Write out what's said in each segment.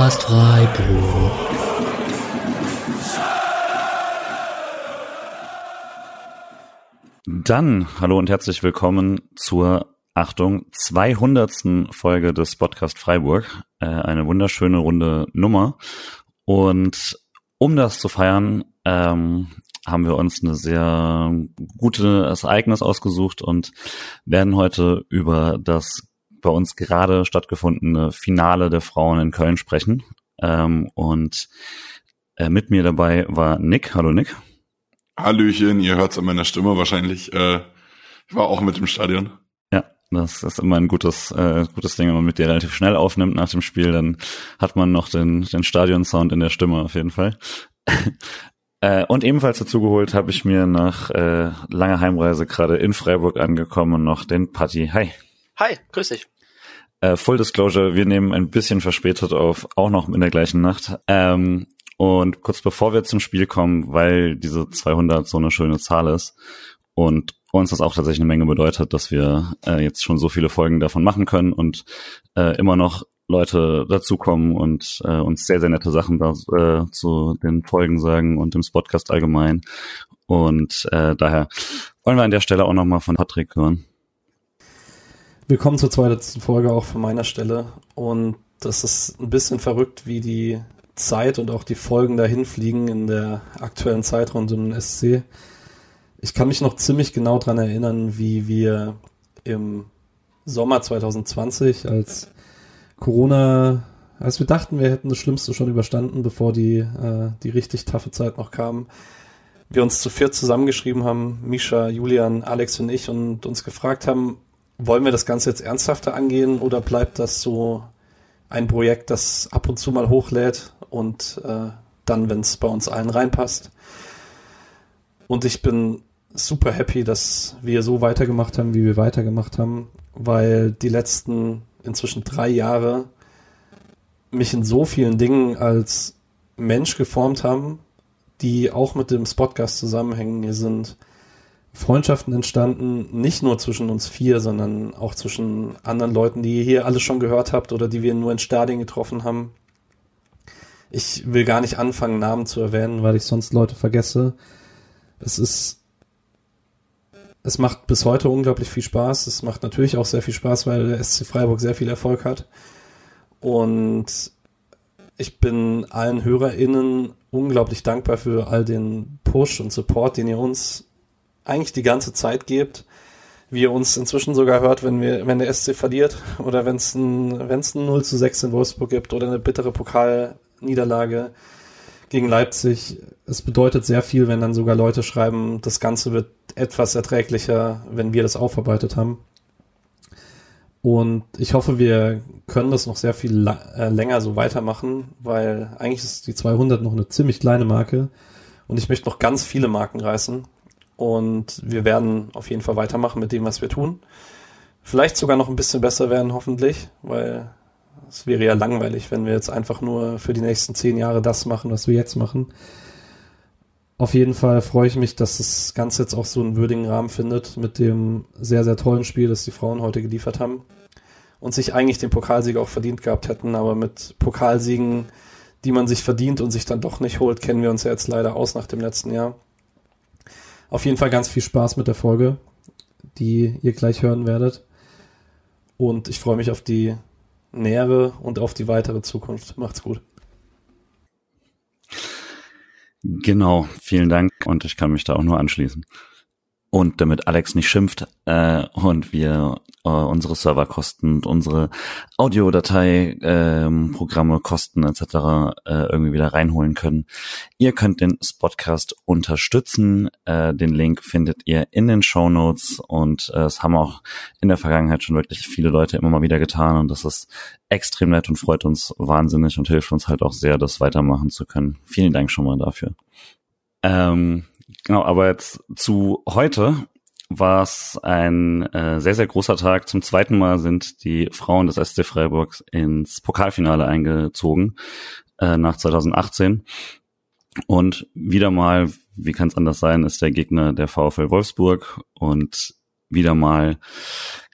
Podcast Freiburg. Dann hallo und herzlich willkommen zur, Achtung, 200. Folge des Podcast Freiburg. Eine wunderschöne runde Nummer. Und um das zu feiern, haben wir uns ein sehr gutes Ereignis ausgesucht und werden heute über das bei uns gerade stattgefundene Finale der Frauen in Köln sprechen. Und mit mir dabei war Nick. Hallo Nick. Hallöchen, ihr hört es an meiner Stimme wahrscheinlich. Ich war auch mit im Stadion. Ja, das ist immer ein gutes Ding, wenn man mit dir relativ schnell aufnimmt nach dem Spiel, dann hat man noch den Stadionsound in der Stimme auf jeden Fall. Und ebenfalls dazugeholt habe ich mir nach langer Heimreise gerade in Freiburg angekommen noch den Patti. Hi. Hi, grüß dich. Full Disclosure, wir nehmen ein bisschen verspätet auf, auch noch in der gleichen Nacht. Und kurz bevor wir zum Spiel kommen, weil diese 200 so eine schöne Zahl ist und uns das auch tatsächlich eine Menge bedeutet, dass wir jetzt schon so viele Folgen davon machen können und immer noch Leute dazukommen und uns sehr, sehr nette Sachen zu den Folgen sagen und im Podcast allgemein. Und daher wollen wir an der Stelle auch nochmal von Patrick hören. Willkommen zur 200. Folge auch von meiner Stelle. Und das ist ein bisschen verrückt, wie die Zeit und auch die Folgen dahin fliegen in der aktuellen Zeit rund um den SC. Ich kann mich noch ziemlich genau dran erinnern, wie wir im Sommer 2020, als wir dachten, wir hätten das Schlimmste schon überstanden, bevor die richtig taffe Zeit noch kam, wir uns zu viert zusammengeschrieben haben, Misha, Julian, Alex und ich, und uns gefragt haben, wollen wir das Ganze jetzt ernsthafter angehen oder bleibt das so ein Projekt, das ab und zu mal hochlädt und dann, wenn es bei uns allen reinpasst. Und ich bin super happy, dass wir so weitergemacht haben, wie wir weitergemacht haben, weil die letzten inzwischen 3 Jahre mich in so vielen Dingen als Mensch geformt haben, die auch mit dem Spotcast zusammenhängen. Hier sind Freundschaften entstanden, nicht nur zwischen uns 4, sondern auch zwischen anderen Leuten, die ihr hier alle schon gehört habt oder die wir nur in Stadien getroffen haben. Ich will gar nicht anfangen, Namen zu erwähnen, weil ich sonst Leute vergesse. Es macht bis heute unglaublich viel Spaß. Es macht natürlich auch sehr viel Spaß, weil der SC Freiburg sehr viel Erfolg hat. Und ich bin allen HörerInnen unglaublich dankbar für all den Push und Support, den ihr uns eigentlich die ganze Zeit gebt, wie ihr uns inzwischen sogar hört, wenn der SC verliert oder wenn es ein 0:6 in Wolfsburg gibt oder eine bittere Pokalniederlage gegen Leipzig. Es bedeutet sehr viel, wenn dann sogar Leute schreiben, das Ganze wird etwas erträglicher, wenn wir das aufarbeitet haben. Und ich hoffe, wir können das noch sehr viel länger so weitermachen, weil eigentlich ist die 200 noch eine ziemlich kleine Marke und ich möchte noch ganz viele Marken reißen. Und wir werden auf jeden Fall weitermachen mit dem, was wir tun. Vielleicht sogar noch ein bisschen besser werden, hoffentlich, weil es wäre ja langweilig, wenn wir jetzt einfach nur für die nächsten 10 Jahre das machen, was wir jetzt machen. Auf jeden Fall freue ich mich, dass das Ganze jetzt auch so einen würdigen Rahmen findet mit dem sehr, sehr tollen Spiel, das die Frauen heute geliefert haben und sich eigentlich den Pokalsieg auch verdient gehabt hätten, aber mit Pokalsiegen, die man sich verdient und sich dann doch nicht holt, kennen wir uns ja jetzt leider aus nach dem letzten Jahr. Auf jeden Fall ganz viel Spaß mit der Folge, die ihr gleich hören werdet. Und ich freue mich auf die nähere und auf die weitere Zukunft. Macht's gut. Genau, vielen Dank und ich kann mich da auch nur anschließen. Und damit Alex nicht schimpft und wir unsere Serverkosten und unsere Audiodatei, Programme, Kosten etc. Irgendwie wieder reinholen können. Ihr könnt den Spotcast unterstützen. Den Link findet ihr in den Shownotes und es haben auch in der Vergangenheit schon wirklich viele Leute immer mal wieder getan und das ist extrem nett und freut uns wahnsinnig und hilft uns halt auch sehr, das weitermachen zu können. Vielen Dank schon mal dafür. Genau, aber jetzt zu heute war es ein sehr, sehr großer Tag. Zum zweiten Mal sind die Frauen des SC Freiburg ins Pokalfinale eingezogen nach 2018. Und wieder mal, wie kann es anders sein, ist der Gegner der VfL Wolfsburg. Und wieder mal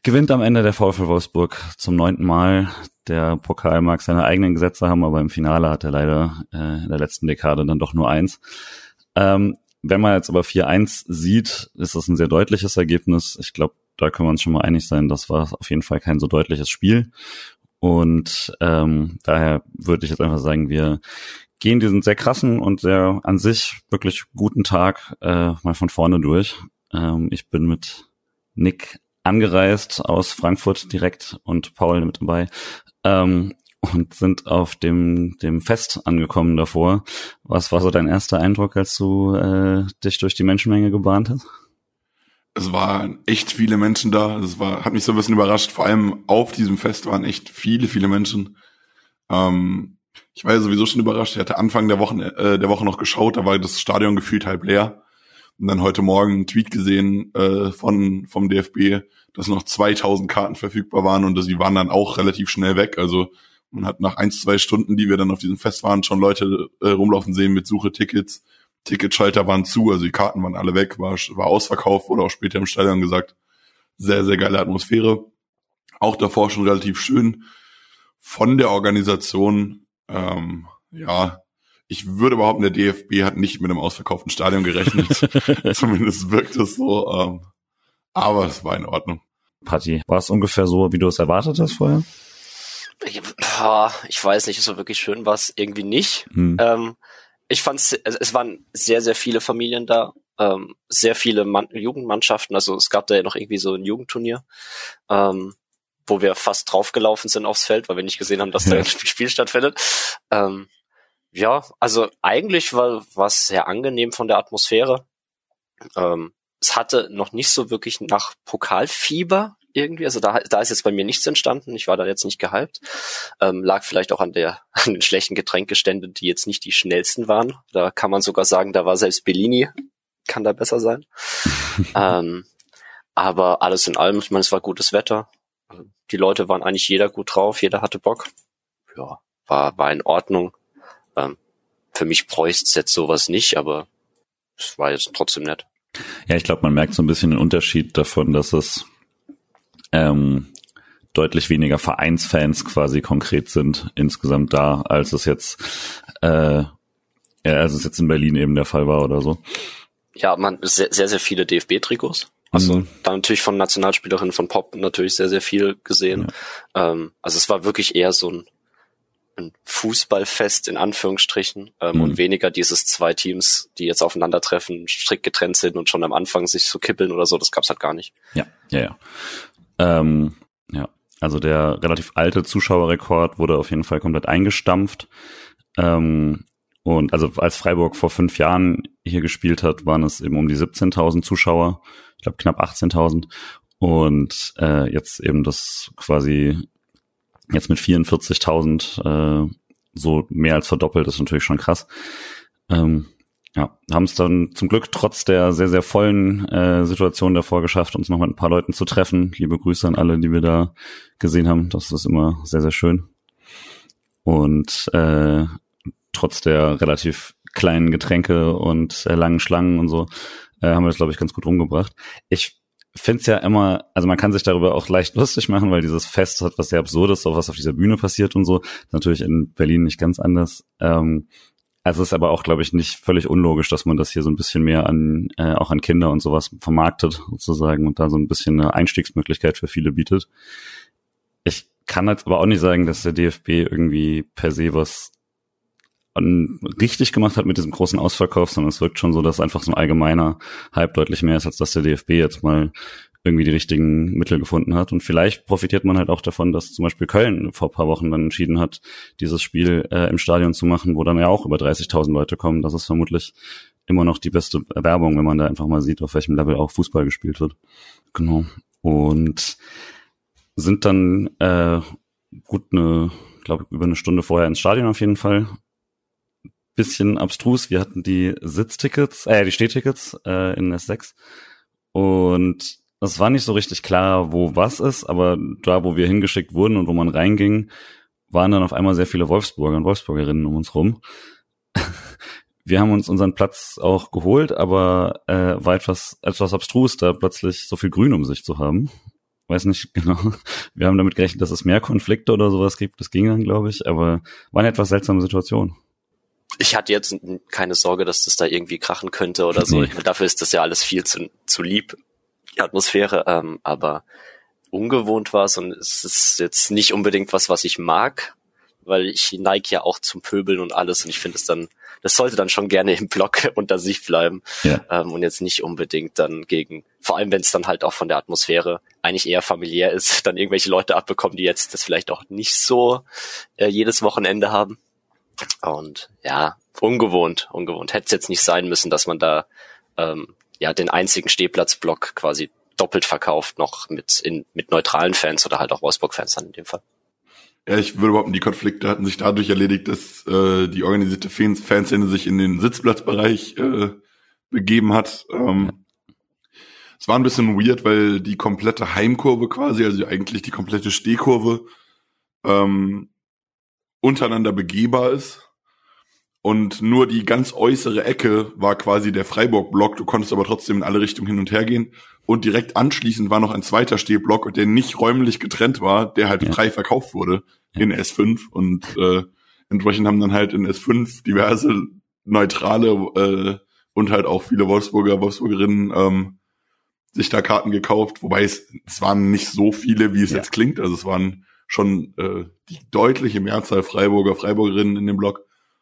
gewinnt am Ende der VfL Wolfsburg zum 9. Mal. Der Pokal mag seine eigenen Gesetze haben, aber im Finale hat er leider in der letzten Dekade dann doch nur 1. Wenn man jetzt aber 4-1 sieht, ist das ein sehr deutliches Ergebnis. Ich glaube, da können wir uns schon mal einig sein, das war auf jeden Fall kein so deutliches Spiel. Und daher würde ich jetzt einfach sagen, wir gehen diesen sehr krassen und sehr an sich wirklich guten Tag mal von vorne durch. Ich bin mit Nick angereist aus Frankfurt direkt und Paul mit dabei und sind auf dem Fest angekommen davor. Was war so dein erster Eindruck, als du dich durch die Menschenmenge gebahnt hast? Es waren echt viele Menschen da. Hat mich so ein bisschen überrascht. Vor allem auf diesem Fest waren echt viele Menschen. Ich war ja sowieso schon überrascht. Ich hatte Anfang der Woche noch geschaut. Da war das Stadion gefühlt halb leer. Und dann heute Morgen einen Tweet gesehen vom DFB, dass noch 2000 Karten verfügbar waren und sie waren dann auch relativ schnell weg. Also man hat nach 1-2 Stunden, die wir dann auf diesem Fest waren, schon Leute rumlaufen sehen mit Suche-Tickets. Ticketschalter waren zu, also die Karten waren alle weg, war ausverkauft, wurde auch später im Stadion gesagt. Sehr, sehr geile Atmosphäre. Auch davor schon relativ schön. Von der Organisation, ich würde behaupten, der DFB hat nicht mit einem ausverkauften Stadion gerechnet. Zumindest wirkt es so. Aber es war in Ordnung. Patti, war es ungefähr so, wie du es erwartet hast vorher? Ich weiß nicht, so wirklich schön war es irgendwie nicht. Ich fand es waren sehr, sehr viele Familien da, sehr viele Jugendmannschaften, also es gab da ja noch irgendwie so ein Jugendturnier, wo wir fast draufgelaufen sind aufs Feld, weil wir nicht gesehen haben, dass da ein Spiel stattfindet. Also eigentlich war es sehr angenehm von der Atmosphäre. Es hatte noch nicht so wirklich nach Pokalfieber irgendwie, also da ist jetzt bei mir nichts entstanden, ich war da jetzt nicht gehypt, lag vielleicht auch an den schlechten Getränkgeständen, die jetzt nicht die schnellsten waren, da kann man sogar sagen, da war selbst Bellini, kann da besser sein, aber alles in allem, ich meine, es war gutes Wetter, die Leute waren eigentlich jeder gut drauf, jeder hatte Bock, ja, war in Ordnung, für mich bräuchte es jetzt sowas nicht, aber es war jetzt trotzdem nett. Ja, ich glaube, man merkt so ein bisschen den Unterschied davon, dass es deutlich weniger Vereinsfans quasi konkret sind insgesamt da, als es jetzt in Berlin eben der Fall war oder so. Ja, sehr, sehr, sehr viele DFB-Trikots. Also dann natürlich von Nationalspielerinnen von Pop natürlich sehr, sehr viel gesehen. Ja. Also es war wirklich eher so ein Fußballfest in Anführungsstrichen und weniger dieses 2 Teams, die jetzt aufeinandertreffen, strikt getrennt sind und schon am Anfang sich so kippeln oder so. Das gab's halt gar nicht. Ja. Also der relativ alte Zuschauerrekord wurde auf jeden Fall komplett eingestampft. Und also als Freiburg vor 5 Jahren hier gespielt hat, waren es eben um die 17.000 Zuschauer. Ich glaube knapp 18.000. Und jetzt eben das quasi jetzt mit 44.000 so mehr als verdoppelt, ist natürlich schon krass. Haben es dann zum Glück trotz der sehr, sehr vollen Situation davor geschafft, uns noch mit ein paar Leuten zu treffen. Liebe Grüße an alle, die wir da gesehen haben. Das ist immer sehr, sehr schön. Und trotz der relativ kleinen Getränke und langen Schlangen und so haben wir das, glaube ich, ganz gut rumgebracht. Ich finde es ja immer, also man kann sich darüber auch leicht lustig machen, weil dieses Fest hat was sehr Absurdes, so was auf dieser Bühne passiert und so. Das ist natürlich in Berlin nicht ganz anders. Also es ist aber auch, glaube ich, nicht völlig unlogisch, dass man das hier so ein bisschen mehr auch an Kinder und sowas vermarktet sozusagen und da so ein bisschen eine Einstiegsmöglichkeit für viele bietet. Ich kann jetzt aber auch nicht sagen, dass der DFB irgendwie per se was richtig gemacht hat mit diesem großen Ausverkauf, sondern es wirkt schon so, dass einfach so ein allgemeiner Hype deutlich mehr ist, als dass der DFB jetzt mal irgendwie die richtigen Mittel gefunden hat. Und vielleicht profitiert man halt auch davon, dass zum Beispiel Köln vor ein paar Wochen dann entschieden hat, dieses Spiel im Stadion zu machen, wo dann ja auch über 30.000 Leute kommen. Das ist vermutlich immer noch die beste Werbung, wenn man da einfach mal sieht, auf welchem Level auch Fußball gespielt wird. Genau. Und sind dann über eine Stunde vorher ins Stadion auf jeden Fall. Bisschen abstrus. Wir hatten die Stehtickets in S6 und es war nicht so richtig klar, wo was ist, aber da, wo wir hingeschickt wurden und wo man reinging, waren dann auf einmal sehr viele Wolfsburger und Wolfsburgerinnen um uns rum. Wir haben uns unseren Platz auch geholt, aber war etwas abstrus, da plötzlich so viel Grün um sich zu haben. weiß nicht genau. Wir haben damit gerechnet, dass es mehr Konflikte oder sowas gibt. Das ging dann, glaube ich, aber war eine etwas seltsame Situation. Ich hatte jetzt keine Sorge, dass das da irgendwie krachen könnte oder so. Nee. Ich meine, dafür ist das ja alles viel zu lieb, die Atmosphäre, aber ungewohnt war es und es ist jetzt nicht unbedingt was ich mag, weil ich neige ja auch zum Pöbeln und alles und ich finde das sollte dann schon gerne im Block unter sich bleiben, und jetzt nicht unbedingt dann vor allem wenn es dann halt auch von der Atmosphäre eigentlich eher familiär ist, dann irgendwelche Leute abbekommen, die jetzt das vielleicht auch nicht so jedes Wochenende haben. Und ja, ungewohnt. Hätte es jetzt nicht sein müssen, dass man da den einzigen Stehplatzblock quasi doppelt verkauft, noch mit neutralen Fans oder halt auch Wolfsburg-Fans dann in dem Fall. Ja, ich würde behaupten, die Konflikte hatten sich dadurch erledigt, dass die organisierte Fanszene sich in den Sitzplatzbereich begeben hat. Es war ein bisschen weird, weil die komplette Heimkurve quasi, also eigentlich die komplette Stehkurve, untereinander begehbar ist. Und nur die ganz äußere Ecke war quasi der Freiburg-Block. Du konntest aber trotzdem in alle Richtungen hin und her gehen. Und direkt anschließend war noch ein zweiter Stehblock, der nicht räumlich getrennt war, der halt frei verkauft wurde in S5. Und entsprechend haben dann halt in S5 diverse neutrale und halt auch viele Wolfsburgerinnen sich da Karten gekauft. Wobei es waren nicht so viele, wie es jetzt klingt. Also es waren schon die deutliche Mehrzahl Freiburgerinnen in dem Block.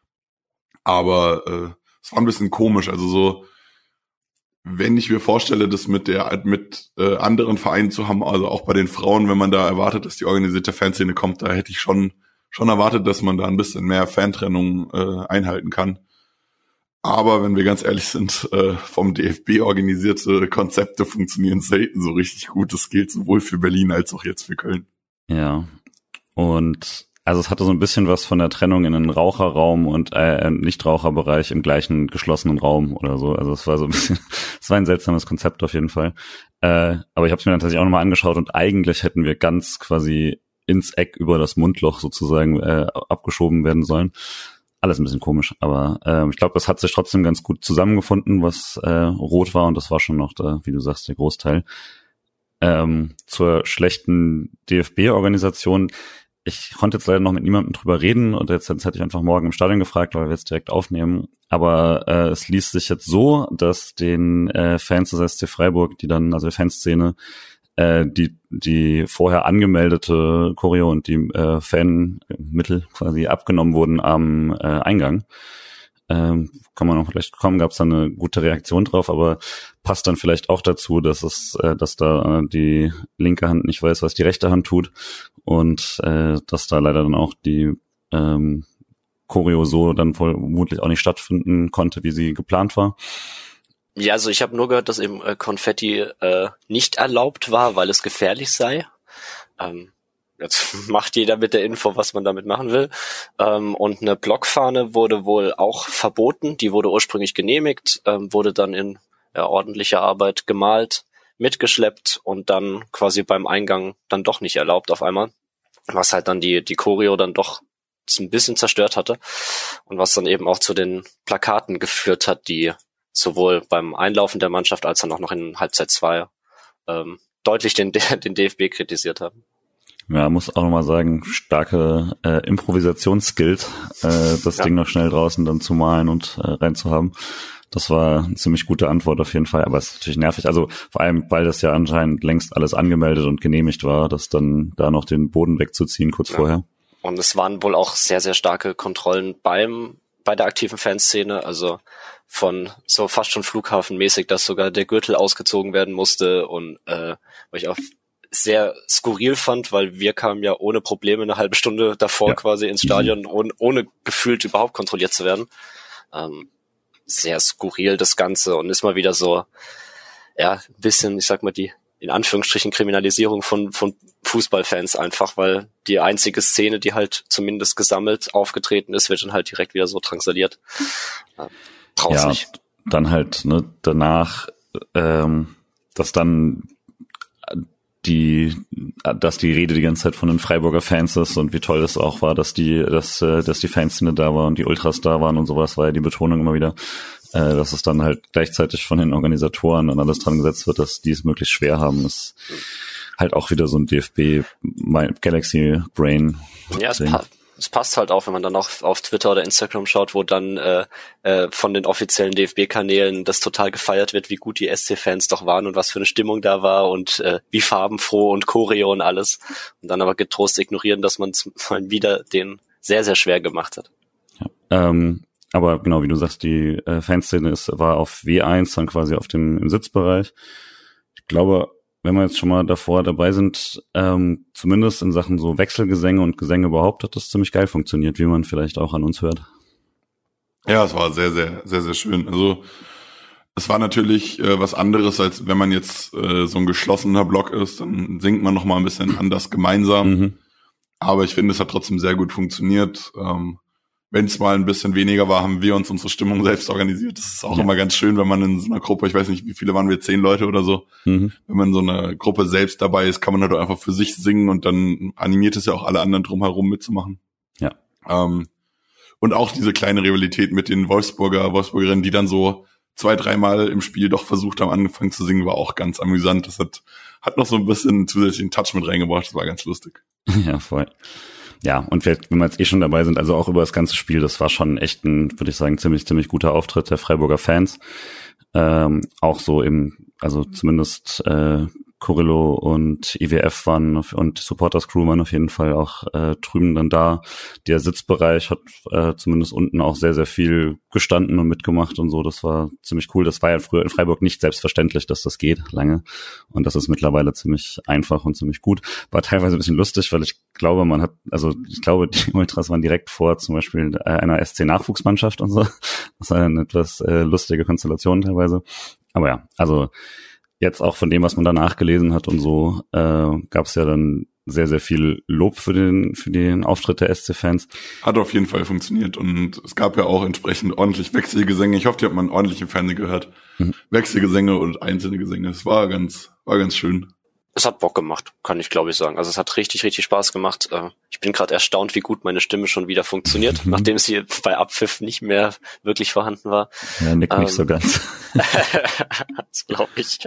Aber es war ein bisschen komisch. Also so, wenn ich mir vorstelle, das mit anderen Vereinen zu haben, also auch bei den Frauen, wenn man da erwartet, dass die organisierte Fanszene kommt, da hätte ich schon erwartet, dass man da ein bisschen mehr Fantrennung einhalten kann. Aber wenn wir ganz ehrlich sind, vom DFB organisierte Konzepte funktionieren selten so richtig gut. Das gilt sowohl für Berlin als auch jetzt für Köln. Ja, und also es hatte so ein bisschen was von der Trennung in einen Raucherraum und Nichtraucherbereich im gleichen geschlossenen Raum oder so. Also es war so ein bisschen, es war ein seltsames Konzept auf jeden Fall. Aber ich habe es mir dann tatsächlich auch nochmal angeschaut und eigentlich hätten wir ganz quasi ins Eck über das Mundloch sozusagen abgeschoben werden sollen. Alles ein bisschen komisch, aber ich glaube, das hat sich trotzdem ganz gut zusammengefunden, was rot war und das war schon noch da, wie du sagst, der Großteil. Zur schlechten DFB-Organisation. Ich konnte jetzt leider noch mit niemandem drüber reden und jetzt hätte ich einfach morgen im Stadion gefragt, weil wir jetzt direkt aufnehmen. Aber es liest sich jetzt so, dass den Fans des SC Freiburg, die dann, also die Fanszene, die vorher angemeldete Choreo und die Fanmittel quasi abgenommen wurden am Eingang. Kann man noch vielleicht kommen, gab es da eine gute Reaktion drauf, aber passt dann vielleicht auch dazu, dass da die linke Hand nicht weiß, was die rechte Hand tut und dass da leider dann auch die Choreo so dann vermutlich auch nicht stattfinden konnte, wie sie geplant war. Ja, also ich habe nur gehört, dass eben Konfetti nicht erlaubt war, weil es gefährlich sei. Jetzt macht jeder mit der Info, was man damit machen will. Und eine Blockfahne wurde wohl auch verboten. Die wurde ursprünglich genehmigt, wurde dann in ordentlicher Arbeit gemalt, mitgeschleppt und dann quasi beim Eingang dann doch nicht erlaubt auf einmal. Was halt dann die Choreo dann doch ein bisschen zerstört hatte. Und was dann eben auch zu den Plakaten geführt hat, die sowohl beim Einlaufen der Mannschaft als dann auch noch in Halbzeit 2 deutlich den DFB kritisiert haben. Ja, muss auch nochmal sagen, starke Improvisationsskills, das Ding noch schnell draußen dann zu malen und reinzuhaben. Das war eine ziemlich gute Antwort auf jeden Fall, aber es ist natürlich nervig. Also vor allem, weil das ja anscheinend längst alles angemeldet und genehmigt war, das dann da noch den Boden wegzuziehen kurz vorher. Und es waren wohl auch sehr, sehr starke Kontrollen bei der aktiven Fanszene, also von so fast schon flughafenmäßig, dass sogar der Gürtel ausgezogen werden musste und weil ich auch sehr skurril fand, weil wir kamen ja ohne Probleme eine halbe Stunde davor quasi ins Stadion, ohne gefühlt überhaupt kontrolliert zu werden. Sehr skurril das Ganze und ist mal wieder so, ein bisschen, ich sag mal, die in Anführungsstrichen Kriminalisierung von Fußballfans einfach, weil die einzige Szene, die halt zumindest gesammelt aufgetreten ist, wird dann halt direkt wieder so drangsaliert. Braucht's nicht. Dann halt danach, dass dann dass die Rede die ganze Zeit von den Freiburger Fans ist und wie toll es auch war, dass die Fanszene da war und die Ultras da waren und sowas, war ja die Betonung immer wieder, dass es dann halt gleichzeitig von den Organisatoren und alles dran gesetzt wird, dass die es möglichst schwer haben. Das halt auch wieder so ein DFB Galaxy Brain. Ja, es passt halt auch, wenn man dann auch auf Twitter oder Instagram schaut, wo dann von den offiziellen DFB-Kanälen das total gefeiert wird, wie gut die SC-Fans doch waren und was für eine Stimmung da war und wie farbenfroh und Choreo und alles. Und dann aber getrost ignorieren, dass man es mal wieder den sehr, sehr schwer gemacht hat. Ja, aber genau, wie du sagst, die Fanszene war auf W1 dann quasi im Sitzbereich. Ich glaube, wenn wir jetzt schon mal davor dabei sind, zumindest in Sachen so Wechselgesänge und Gesänge überhaupt, hat das ziemlich geil funktioniert, wie man vielleicht auch an uns hört. Ja, es war sehr, sehr, sehr, sehr schön. Also es war natürlich was anderes, als wenn man jetzt so ein geschlossener Block ist, dann singt man noch mal ein bisschen anders gemeinsam. Mhm. Aber ich finde, es hat trotzdem sehr gut funktioniert. Wenn es mal ein bisschen weniger war, haben wir uns unsere Stimmung selbst organisiert. Das ist auch immer ganz schön, wenn man in so einer Gruppe, ich weiß nicht, wie viele waren wir, 10 Leute oder so, wenn man in so einer Gruppe selbst dabei ist, kann man halt einfach für sich singen und dann animiert es ja auch alle anderen drumherum mitzumachen. Ja. Und auch diese kleine Rivalität mit den Wolfsburgerinnen, die dann so 2-3 Mal im Spiel doch versucht haben, angefangen zu singen, war auch ganz amüsant. Das hat noch so ein bisschen zusätzlichen Touch mit reingebracht. Das war ganz lustig. Ja, voll. Ja, und wenn wir jetzt schon dabei sind, also auch über das ganze Spiel, das war schon echt ein, würde ich sagen, ziemlich guter Auftritt der Freiburger Fans. Auch so also zumindest Corillo und IWF waren und Supporters Crew waren auf jeden Fall auch drüben dann da. Der Sitzbereich hat zumindest unten auch sehr, sehr viel gestanden und mitgemacht und so. Das war ziemlich cool. Das war ja früher in Freiburg nicht selbstverständlich, dass das geht lange. Und das ist mittlerweile ziemlich einfach und ziemlich gut. War teilweise ein bisschen lustig, weil ich glaube, die Ultras waren direkt vor zum Beispiel einer SC-Nachwuchsmannschaft und so. Das war eine etwas lustige Konstellation teilweise. Aber ja, also jetzt auch von dem, was man danach gelesen hat und so, gab es ja dann sehr, sehr viel Lob für den Auftritt der SC-Fans. Hat auf jeden Fall funktioniert und es gab ja auch entsprechend ordentlich Wechselgesänge. Ich hoffe, die hat man ordentlich im Fernsehen gehört. Wechselgesänge und einzelne Gesänge. Es war ganz schön. Es hat Bock gemacht, kann ich glaube ich sagen. Also es hat richtig, richtig Spaß gemacht. Ich bin gerade erstaunt, wie gut meine Stimme schon wieder funktioniert, nachdem sie bei Abpfiff nicht mehr wirklich vorhanden war. Ja, nickt nicht so ganz. Das glaube ich.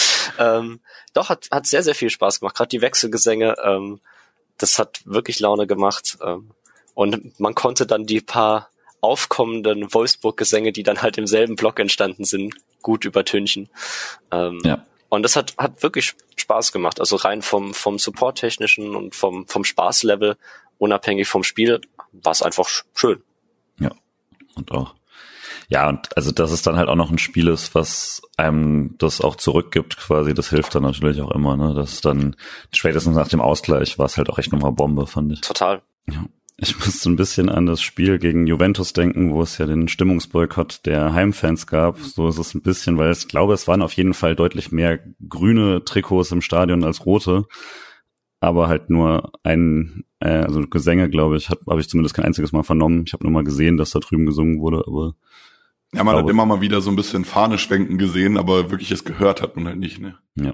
Doch, hat sehr, sehr viel Spaß gemacht. Gerade die Wechselgesänge, das hat wirklich Laune gemacht. Und man konnte dann die paar aufkommenden Wolfsburg-Gesänge, die dann halt im selben Block entstanden sind, gut übertünchen. Ja. Und das hat wirklich Spaß gemacht. Also rein vom Support-technischen und vom Spaßlevel, unabhängig vom Spiel, war es einfach schön. Ja, und auch. Ja, und also dass es dann halt auch noch ein Spiel ist, was einem das auch zurückgibt quasi, das hilft dann natürlich auch immer, ne? Das dann spätestens nach dem Ausgleich war es halt auch echt nochmal Bombe, fand ich. Total. Ja. Ich musste ein bisschen an das Spiel gegen Juventus denken, wo es ja den Stimmungsboykott der Heimfans gab. So ist es ein bisschen, weil ich glaube, es waren auf jeden Fall deutlich mehr grüne Trikots im Stadion als rote. Aber halt nur also Gesänge, glaube ich, habe ich zumindest kein einziges Mal vernommen. Ich habe nur mal gesehen, dass da drüben gesungen wurde, aber ja, man hat immer mal wieder so ein bisschen Fahne schwenken gesehen, aber wirklich es gehört hat man halt nicht, ne? Ja.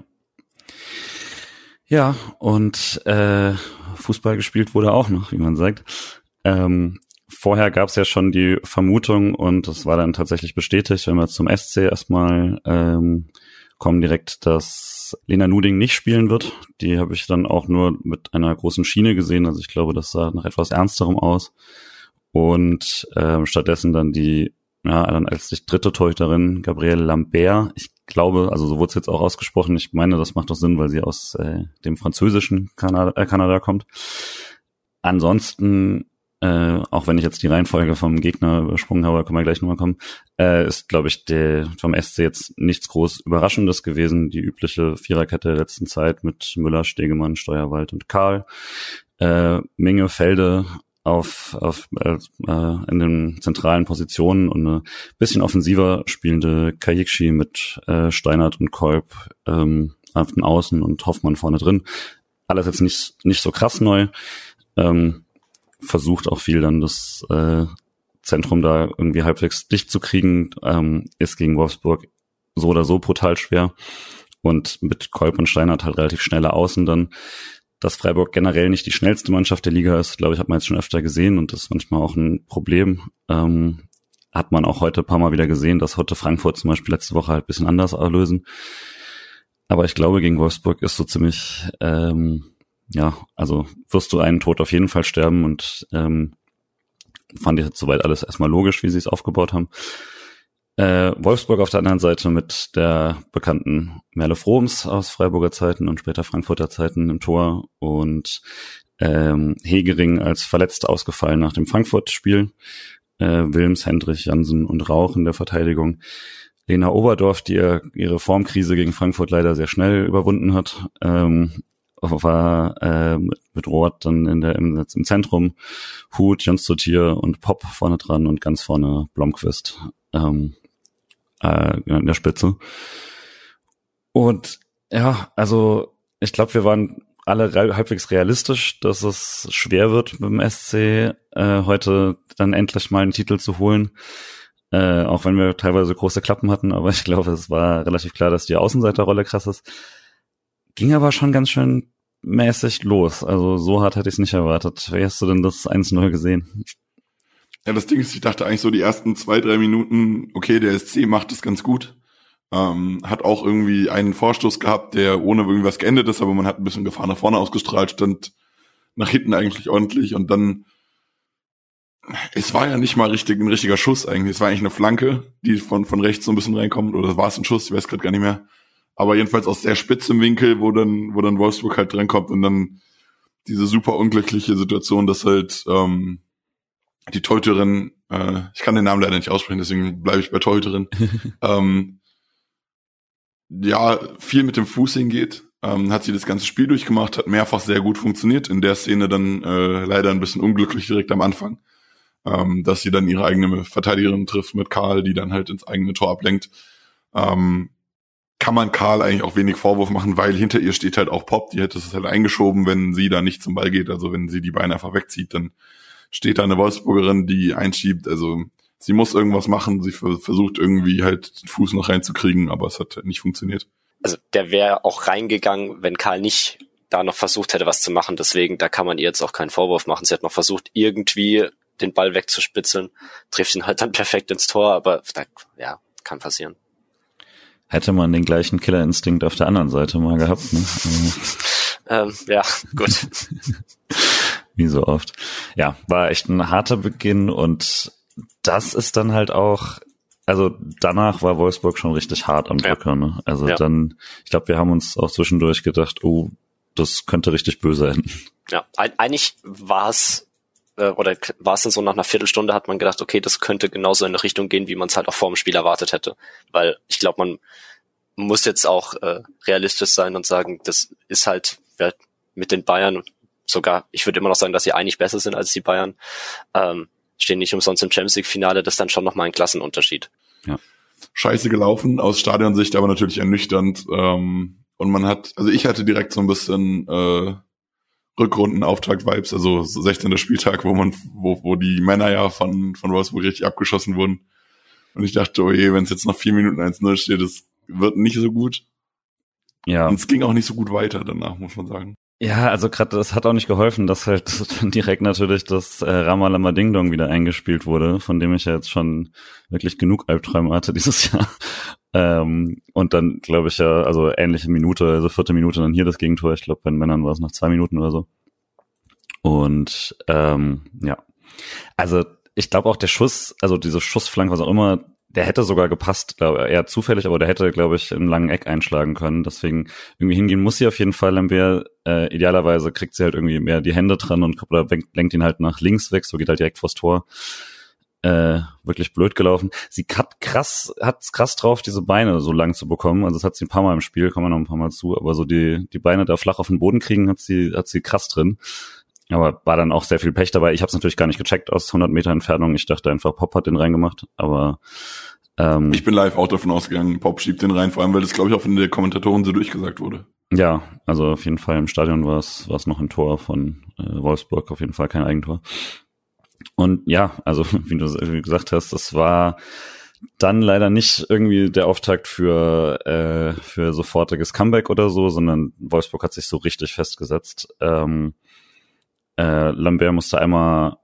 Ja, und Fußball gespielt wurde auch noch, wie man sagt. Vorher gab es ja schon die Vermutung und das war dann tatsächlich bestätigt, wenn wir zum SC erstmal kommen direkt, dass Lena Nuding nicht spielen wird. Die habe ich dann auch nur mit einer großen Schiene gesehen, also ich glaube, das sah nach etwas Ernsterem aus. Und stattdessen dann dann als die dritte Torhüterin Gabrielle Lambert. Ich glaube, also so wurde es jetzt auch ausgesprochen, ich meine, das macht doch Sinn, weil sie aus dem französischen Kanada kommt. Ansonsten, auch wenn ich jetzt die Reihenfolge vom Gegner übersprungen habe, können wir gleich nochmal kommen, ist, glaube ich, vom SC jetzt nichts groß Überraschendes gewesen. Die übliche Viererkette der letzten Zeit mit Müller, Stegemann, Steuerwald und Karl. Minge, Felde in den zentralen Positionen und eine bisschen offensiver spielende Kayikshi mit Steinert und Kolb auf den Außen und Hoffmann vorne drin. Alles jetzt nicht so krass neu. Versucht auch viel dann das Zentrum da irgendwie halbwegs dicht zu kriegen. Ist gegen Wolfsburg so oder so brutal schwer. Und mit Kolb und Steinert halt relativ schnelle Außen dann. Dass Freiburg generell nicht die schnellste Mannschaft der Liga ist, glaube ich, hat man jetzt schon öfter gesehen und das ist manchmal auch ein Problem. Hat man auch heute ein paar Mal wieder gesehen, dass heute Frankfurt zum Beispiel letzte Woche halt ein bisschen anders lösen. Aber ich glaube, gegen Wolfsburg ist so ziemlich, also wirst du einen Tod auf jeden Fall sterben und fand ich jetzt soweit alles erstmal logisch, wie sie es aufgebaut haben. Wolfsburg auf der anderen Seite mit der bekannten Merle Froms aus Freiburger Zeiten und später Frankfurter Zeiten im Tor und Hegering als verletzt ausgefallen nach dem Frankfurt-Spiel. Wilms, Hendrich, Jansen und Rauch in der Verteidigung. Lena Oberdorf, die ihre Formkrise gegen Frankfurt leider sehr schnell überwunden hat, war mit Roth dann im Zentrum, Huth, Jonsdottir und Popp vorne dran und ganz vorne Blomqvist in der Spitze. Und ja, also ich glaube, wir waren alle halbwegs realistisch, dass es schwer wird mit dem SC heute dann endlich mal einen Titel zu holen. Auch wenn wir teilweise große Klappen hatten, aber ich glaube, es war relativ klar, dass die Außenseiterrolle krass ist. Ging aber schon ganz schön mäßig los. Also so hart hätte ich es nicht erwartet. Wie hast du denn das 1-0 gesehen? Ja, das Ding ist, ich dachte eigentlich so die ersten 2-3 Minuten, okay, der SC macht es ganz gut. Hat auch irgendwie einen Vorstoß gehabt, der ohne irgendwas geendet ist, aber man hat ein bisschen Gefahr nach vorne ausgestrahlt, stand nach hinten eigentlich ordentlich und dann, es war ja nicht mal ein richtiger Schuss eigentlich, es war eigentlich eine Flanke, die von rechts so ein bisschen reinkommt, oder war es ein Schuss, ich weiß gerade gar nicht mehr, aber jedenfalls aus sehr spitzem Winkel, wo dann Wolfsburg halt drankommt und dann diese super unglückliche Situation, dass halt die Torhüterin, ich kann den Namen leider nicht aussprechen, deswegen bleibe ich bei Torhüterin, ja, viel mit dem Fuß hingeht, hat sie das ganze Spiel durchgemacht, hat mehrfach sehr gut funktioniert, in der Szene dann leider ein bisschen unglücklich direkt am Anfang, dass sie dann ihre eigene Verteidigerin trifft mit Karl, die dann halt ins eigene Tor ablenkt. Kann man Karl eigentlich auch wenig Vorwurf machen, weil hinter ihr steht halt auch Popp, die hätte es halt eingeschoben, wenn sie da nicht zum Ball geht, also wenn sie die Beine einfach wegzieht, dann steht da eine Wolfsburgerin, die einschiebt, also sie muss irgendwas machen, sie versucht irgendwie halt den Fuß noch reinzukriegen, aber es hat nicht funktioniert. Also der wäre auch reingegangen, wenn Karl nicht da noch versucht hätte, was zu machen. Deswegen, da kann man ihr jetzt auch keinen Vorwurf machen. Sie hat noch versucht, irgendwie den Ball wegzuspitzeln, trifft ihn halt dann perfekt ins Tor, aber ja, kann passieren. Hätte man den gleichen Killerinstinkt auf der anderen Seite mal gehabt, ne? Ja, gut. Wie so oft. Ja, war echt ein harter Beginn und das ist dann halt auch, also danach war Wolfsburg schon richtig hart am Drücker, ne? Also dann, ich glaube, wir haben uns auch zwischendurch gedacht, oh, das könnte richtig böse enden. Ja, eigentlich war es dann so nach einer Viertelstunde hat man gedacht, okay, das könnte genauso in eine Richtung gehen, wie man es halt auch vor dem Spiel erwartet hätte. Weil ich glaube, man muss jetzt auch realistisch sein und sagen, das ist halt mit den Bayern sogar, ich würde immer noch sagen, dass sie eigentlich besser sind als die Bayern, stehen nicht umsonst im Champions League Finale, das ist dann schon nochmal ein Klassenunterschied. Ja. Scheiße gelaufen, aus Stadionsicht, aber natürlich ernüchternd. Und ich hatte direkt so ein bisschen Rückrunden-Auftakt-Vibes, also 16. Spieltag, wo die Männer ja von Wolfsburg richtig abgeschossen wurden. Und ich dachte, oh je, wenn es jetzt noch 4 Minuten 1-0 steht, das wird nicht so gut. Ja. Und es ging auch nicht so gut weiter danach, muss man sagen. Ja, also gerade das hat auch nicht geholfen, dass halt direkt natürlich das Ramalama Ding Dong wieder eingespielt wurde, von dem ich ja jetzt schon wirklich genug Albträume hatte dieses Jahr. Und dann glaube ich ja, also ähnliche Minute, also 4. Minute dann hier das Gegentor. Ich glaube, bei den Männern war es nach 2 Minuten oder so. Und ja, also ich glaube auch der Schuss, also diese Schussflanke, was auch immer, der hätte sogar gepasst, eher zufällig, aber der hätte, glaube ich, im langen Eck einschlagen können. Deswegen irgendwie hingehen muss sie auf jeden Fall. Lamberт, idealerweise kriegt sie halt irgendwie mehr die Hände dran oder lenkt ihn halt nach links weg, so geht halt direkt vors Tor. Wirklich blöd gelaufen. Sie hat's krass drauf, diese Beine so lang zu bekommen. Also das hat sie ein paar Mal im Spiel, kommen wir noch ein paar Mal zu, aber so die Beine da flach auf den Boden kriegen, hat sie krass drin. Aber war dann auch sehr viel Pech dabei. Ich habe es natürlich gar nicht gecheckt aus 100 Meter Entfernung. Ich dachte einfach, Popp hat den reingemacht. Aber ich bin live auch davon ausgegangen, Popp schiebt den rein, vor allem, weil das, glaube ich, auch von der Kommentatorin so durchgesagt wurde. Ja, also auf jeden Fall im Stadion war es noch ein Tor von Wolfsburg, auf jeden Fall kein Eigentor. Und ja, also wie du gesagt hast, das war dann leider nicht irgendwie der Auftakt für sofortiges Comeback oder so, sondern Wolfsburg hat sich so richtig festgesetzt. Lamberт musste einmal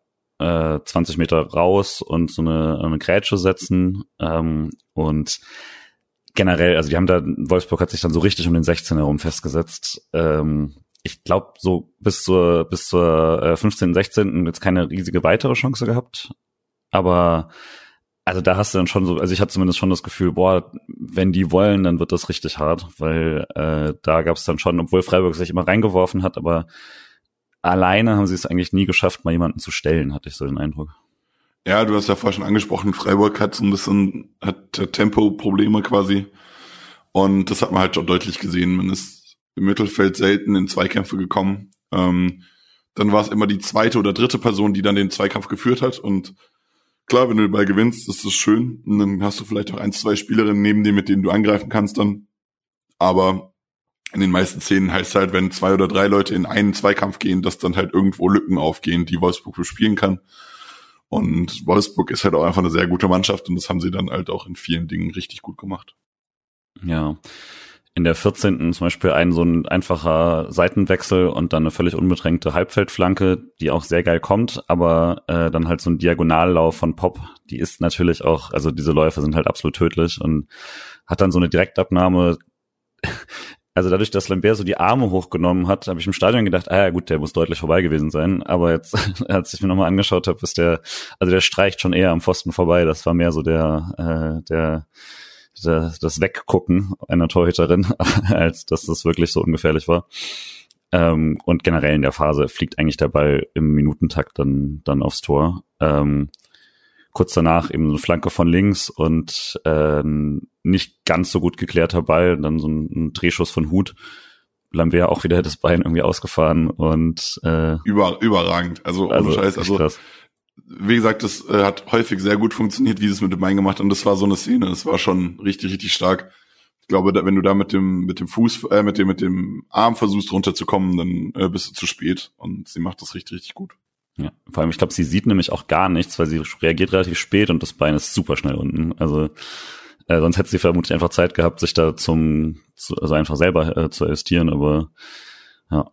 20 Meter raus und so eine Grätsche setzen und generell, also Wolfsburg hat sich dann so richtig um den 16 herum festgesetzt. Ich glaube, so bis zur 15., 16. jetzt keine riesige weitere Chance gehabt. Aber also da hast du dann schon so, also ich hatte zumindest schon das Gefühl, wenn die wollen, dann wird das richtig hart, weil da gab es dann schon, obwohl Freiburg sich immer reingeworfen hat, aber alleine haben sie es eigentlich nie geschafft, mal jemanden zu stellen, hatte ich so den Eindruck. Ja, du hast ja vorher schon angesprochen, Freiburg hat so ein bisschen, hat Tempo-Probleme quasi. Und das hat man halt schon deutlich gesehen. Man ist im Mittelfeld selten in Zweikämpfe gekommen. Dann war es immer die zweite oder dritte Person, die dann den Zweikampf geführt hat. Und klar, wenn du den Ball gewinnst, ist das schön. Und dann hast du vielleicht auch 1, 2 Spielerinnen neben dir, mit denen du angreifen kannst dann. Aber in den meisten Szenen heißt es halt, wenn 2 oder 3 Leute in einen Zweikampf gehen, dass dann halt irgendwo Lücken aufgehen, die Wolfsburg bespielen kann. Und Wolfsburg ist halt auch einfach eine sehr gute Mannschaft und das haben sie dann halt auch in vielen Dingen richtig gut gemacht. Ja, in der 14. zum Beispiel so ein einfacher Seitenwechsel und dann eine völlig unbedrängte Halbfeldflanke, die auch sehr geil kommt, aber dann halt so ein Diagonallauf von Pop, die ist natürlich auch, also diese Läufe sind halt absolut tödlich und hat dann so eine Direktabnahme. Also dadurch, dass Lambert so die Arme hochgenommen hat, habe ich im Stadion gedacht, ja gut, der muss deutlich vorbei gewesen sein. Aber jetzt, als ich mir nochmal angeschaut habe, der streicht schon eher am Pfosten vorbei. Das war mehr so das Weggucken einer Torhüterin, als dass das wirklich so ungefährlich war. Und generell in der Phase fliegt eigentlich der Ball im Minutentakt dann aufs Tor. Kurz danach eben so eine Flanke von links und nicht ganz so gut geklärter Ball, dann so ein Drehschuss von Huth. Lambert auch wieder das Bein irgendwie ausgefahren und überragend, also ohne Scheiß. Also krass. Wie gesagt, das hat häufig sehr gut funktioniert, wie sie es mit dem Bein gemacht haben. Und das war so eine Szene, das war schon richtig, richtig stark. Ich glaube, wenn du da mit dem Fuß, mit dem Arm versuchst runterzukommen, dann bist du zu spät. Und sie macht das richtig, richtig gut. Ja, vor allem, ich glaube, sie sieht nämlich auch gar nichts, weil sie reagiert relativ spät und das Bein ist super schnell unten. Also sonst hätte sie vermutlich einfach Zeit gehabt, sich da also einfach selber zu assistieren, aber ja.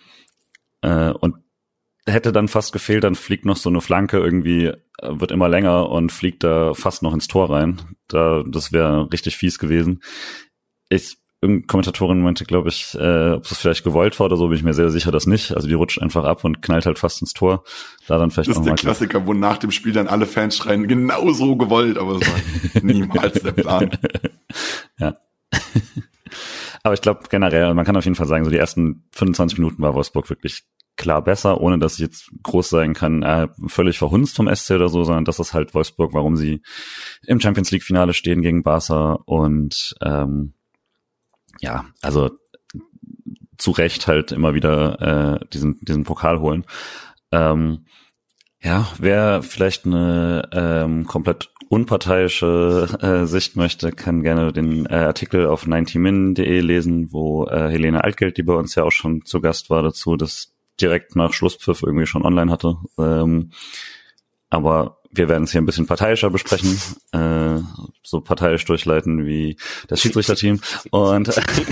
Und hätte dann fast gefehlt, dann fliegt noch so eine Flanke irgendwie, wird immer länger und fliegt da fast noch ins Tor rein. Das wäre richtig fies gewesen. Irgendeine Kommentatorin meinte, glaube ich, ob das vielleicht gewollt war oder so, bin ich mir sehr sicher, dass nicht. Also die rutscht einfach ab und knallt halt fast ins Tor. Da dann vielleicht das ist der Klassiker, wo nach dem Spiel dann alle Fans schreien, genau so gewollt, aber es war niemals der Plan. Ja. Aber ich glaube generell, man kann auf jeden Fall sagen, so die ersten 25 Minuten war Wolfsburg wirklich klar besser, ohne dass ich jetzt groß sagen kann, völlig verhunzt vom SC oder so, sondern das ist halt Wolfsburg, warum sie im Champions-League-Finale stehen gegen Barca und ja, also zu Recht halt immer wieder diesen Pokal holen. Ja, wer vielleicht eine komplett unparteiische Sicht möchte, kann gerne den Artikel auf 90min.de lesen, wo Helene Altgeld, die bei uns ja auch schon zu Gast war, dazu das direkt nach Schlusspfiff irgendwie schon online hatte. Aber wir werden es hier ein bisschen parteiischer besprechen, so parteiisch durchleiten wie das Schiedsrichterteam. Und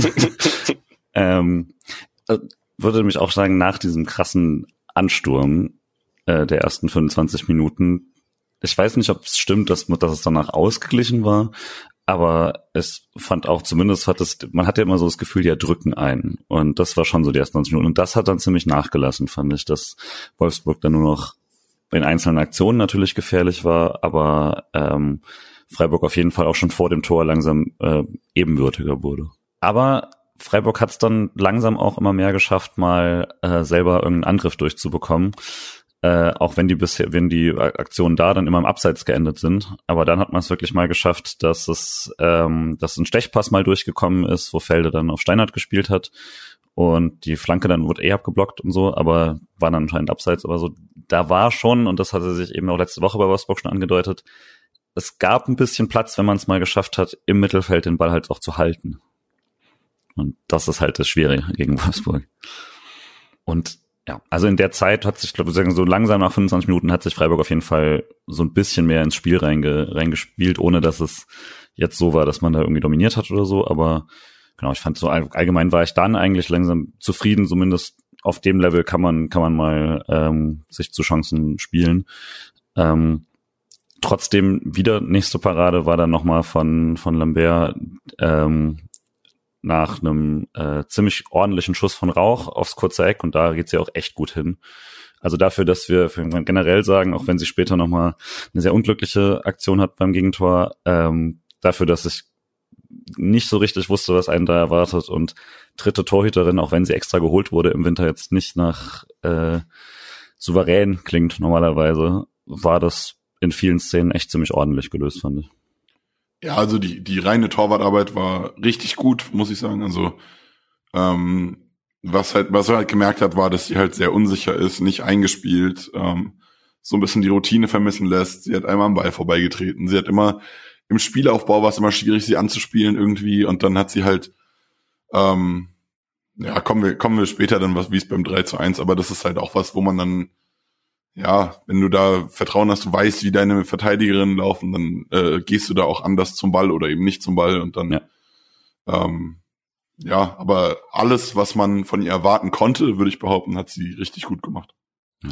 würde nämlich auch sagen, nach diesem krassen Ansturm der ersten 25 Minuten, ich weiß nicht, ob es stimmt, dass es danach ausgeglichen war, aber es fand auch, zumindest man hatte immer so das Gefühl, die drücken ein. Und das war schon so die ersten 20 Minuten. Und das hat dann ziemlich nachgelassen, fand ich, dass Wolfsburg dann nur noch in einzelnen Aktionen natürlich gefährlich war, aber Freiburg auf jeden Fall auch schon vor dem Tor langsam ebenbürtiger wurde. Aber Freiburg hat es dann langsam auch immer mehr geschafft, mal selber irgendeinen Angriff durchzubekommen. Auch wenn die Aktionen da dann immer im Abseits geendet sind. Aber dann hat man es wirklich mal geschafft, dass ein Stechpass mal durchgekommen ist, wo Felde dann auf Steinhardt gespielt hat. Und die Flanke dann wurde abgeblockt und so, aber war dann anscheinend Abseits. Aber so, da war schon, und das hatte sich eben auch letzte Woche bei Wolfsburg schon angedeutet, es gab ein bisschen Platz, wenn man es mal geschafft hat, im Mittelfeld den Ball halt auch zu halten. Und das ist halt das Schwierige gegen Wolfsburg. Und ja, also in der Zeit hat sich, glaube ich, so langsam nach 25 Minuten hat sich Freiburg auf jeden Fall so ein bisschen mehr ins Spiel reingespielt, ohne dass es jetzt so war, dass man da irgendwie dominiert hat oder so. Aber genau, ich fand so allgemein war ich dann eigentlich langsam zufrieden, zumindest auf dem Level kann man mal sich zu Chancen spielen. Trotzdem wieder nächste Parade war dann nochmal von Lambert, nach einem ziemlich ordentlichen Schuss von Rauch aufs kurze Eck und da geht sie auch echt gut hin. Also dafür, dass wir generell sagen, auch wenn sie später nochmal eine sehr unglückliche Aktion hat beim Gegentor, dafür, dass ich nicht so richtig wusste, was einen da erwartet und dritte Torhüterin, auch wenn sie extra geholt wurde im Winter, jetzt nicht nach souverän klingt normalerweise, war das in vielen Szenen echt ziemlich ordentlich gelöst, fand ich. Ja, also die reine Torwartarbeit war richtig gut, muss ich sagen. Also was man halt gemerkt hat, war, dass sie halt sehr unsicher ist, nicht eingespielt, so ein bisschen die Routine vermissen lässt. Sie hat einmal am Ball vorbeigetreten. Sie hat immer im Spielaufbau war es immer schwierig, sie anzuspielen irgendwie. Und dann hat sie halt, kommen wir später dann, wie es beim 3:1, aber das ist halt auch was, wo man dann, ja, wenn du da Vertrauen hast, du weißt, wie deine Verteidigerinnen laufen, dann gehst du da auch anders zum Ball oder eben nicht zum Ball und dann, aber alles, was man von ihr erwarten konnte, würde ich behaupten, hat sie richtig gut gemacht. Ja.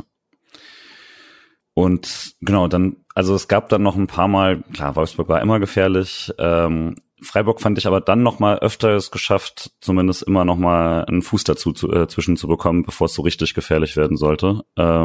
Und genau, dann, also es gab dann noch ein paar Mal, klar, Wolfsburg war immer gefährlich, Freiburg fand ich aber dann noch mal öfter es geschafft, zumindest immer noch mal einen Fuß dazu zwischen zu bekommen, bevor es so richtig gefährlich werden sollte.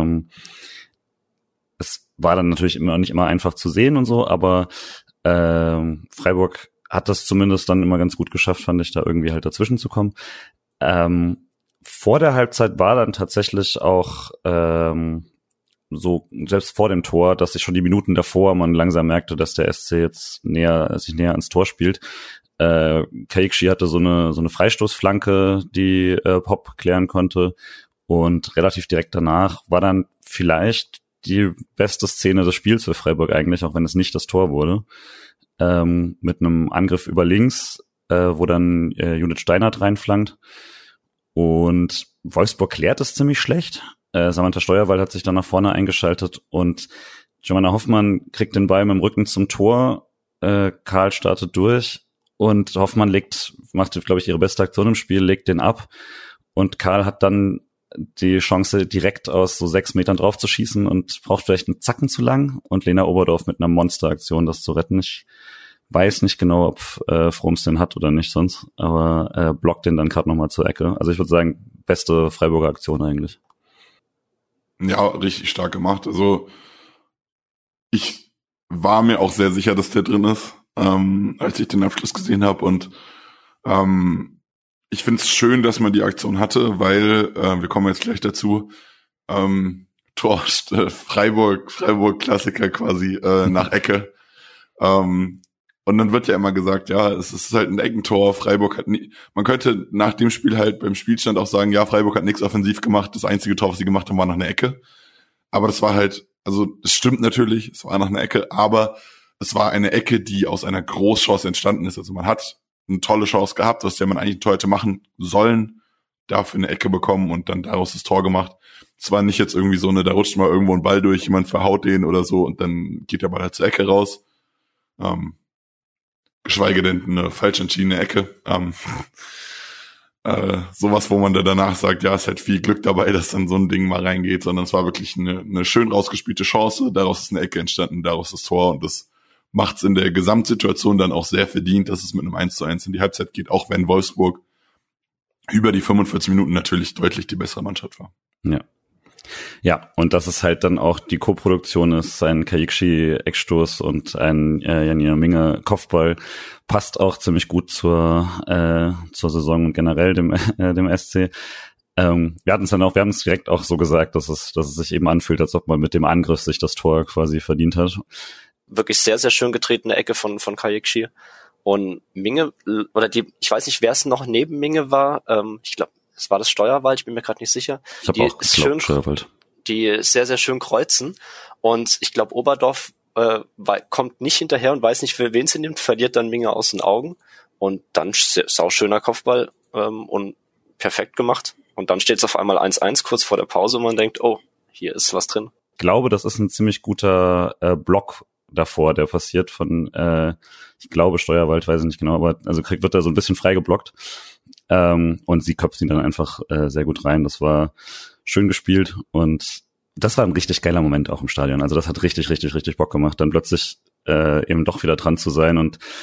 Es war dann natürlich nicht immer einfach zu sehen und so, aber Freiburg hat das zumindest dann immer ganz gut geschafft, fand ich, da irgendwie halt dazwischen zu kommen. Vor der Halbzeit war dann tatsächlich auch so, selbst vor dem Tor, dass sich schon die Minuten davor man langsam merkte, dass der SC jetzt sich näher ans Tor spielt. Kayikshi hatte so eine Freistoßflanke, die Pop klären konnte und relativ direkt danach war dann vielleicht die beste Szene des Spiels für Freiburg eigentlich, auch wenn es nicht das Tor wurde, mit einem Angriff über links, wo dann Judith Steinert reinflankt und Wolfsburg klärt es ziemlich schlecht. Samantha Steuerwald hat sich dann nach vorne eingeschaltet und Joanna Hoffmann kriegt den Ball mit dem Rücken zum Tor. Karl startet durch und Hoffmann macht, glaube ich, ihre beste Aktion im Spiel, legt den ab und Karl hat dann die Chance, direkt aus so 6 Metern drauf zu schießen und braucht vielleicht einen Zacken zu lang und Lena Oberdorf mit einer Monsteraktion, das zu retten. Ich weiß nicht genau, ob Froms den hat oder nicht sonst, aber blockt den dann gerade nochmal zur Ecke. Also ich würde sagen, beste Freiburger Aktion eigentlich. Ja, richtig stark gemacht. Also ich war mir auch sehr sicher, dass der drin ist, als ich den Abschluss gesehen habe. Und ich finde es schön, dass man die Aktion hatte, weil, wir kommen jetzt gleich dazu, Freiburg Klassiker quasi nach Ecke. Und dann wird ja immer gesagt, ja, es ist halt ein Eckentor, Freiburg hat man könnte nach dem Spiel halt beim Spielstand auch sagen, ja, Freiburg hat nichts offensiv gemacht, das einzige Tor, was sie gemacht haben, war nach einer Ecke. Aber das war halt, also das stimmt natürlich, es war nach einer Ecke, aber es war eine Ecke, die aus einer Großchance entstanden ist. Also man hat eine tolle Chance gehabt, aus der man eigentlich ein Tor hätte machen sollen, dafür eine Ecke bekommen und dann daraus das Tor gemacht. Es war nicht jetzt irgendwie so da rutscht mal irgendwo ein Ball durch, jemand verhaut den oder so und dann geht der Ball halt zur Ecke raus. Geschweige denn eine falsch entschiedene Ecke. Sowas, wo man da danach sagt, ja, es hat viel Glück dabei, dass dann so ein Ding mal reingeht, sondern es war wirklich eine schön rausgespielte Chance. Daraus ist eine Ecke entstanden, daraus das Tor und das macht es in der Gesamtsituation dann auch sehr verdient, dass es mit einem 1:1 in die Halbzeit geht, auch wenn Wolfsburg über die 45 Minuten natürlich deutlich die bessere Mannschaft war. Ja. Ja, und dass es halt dann auch die Co-Produktion ist, ein Kayikshi-Eckstoß und ein Janina Minge Kopfball, passt auch ziemlich gut zur Saison und generell dem SC. Wir hatten es direkt auch so gesagt, dass es sich eben anfühlt, als ob man mit dem Angriff sich das Tor quasi verdient hat. Wirklich sehr, sehr schön getretene Ecke von Kayikshi. Und Minge, ich weiß nicht, wer es noch neben Minge war, ich glaube, es war das Steuerwald, ich bin mir gerade nicht sicher. Ich habe auch geglaubt, Steuerwald. Die sehr, sehr schön kreuzen. Und ich glaube, Oberdorf kommt nicht hinterher und weiß nicht, für wen sie nimmt, verliert dann Minge aus den Augen. Und dann sauschöner Kopfball und perfekt gemacht. Und dann steht es auf einmal 1:1 kurz vor der Pause und man denkt, oh, hier ist was drin. Ich glaube, das ist ein ziemlich guter Block davor, der passiert von, ich glaube, Steuerwald, weiß ich nicht genau, aber also wird da so ein bisschen frei geblockt. Und sie köpft ihn dann einfach sehr gut rein. Das war schön gespielt und das war ein richtig geiler Moment auch im Stadion. Also das hat richtig, richtig, richtig Bock gemacht, dann plötzlich eben doch wieder dran zu sein. Und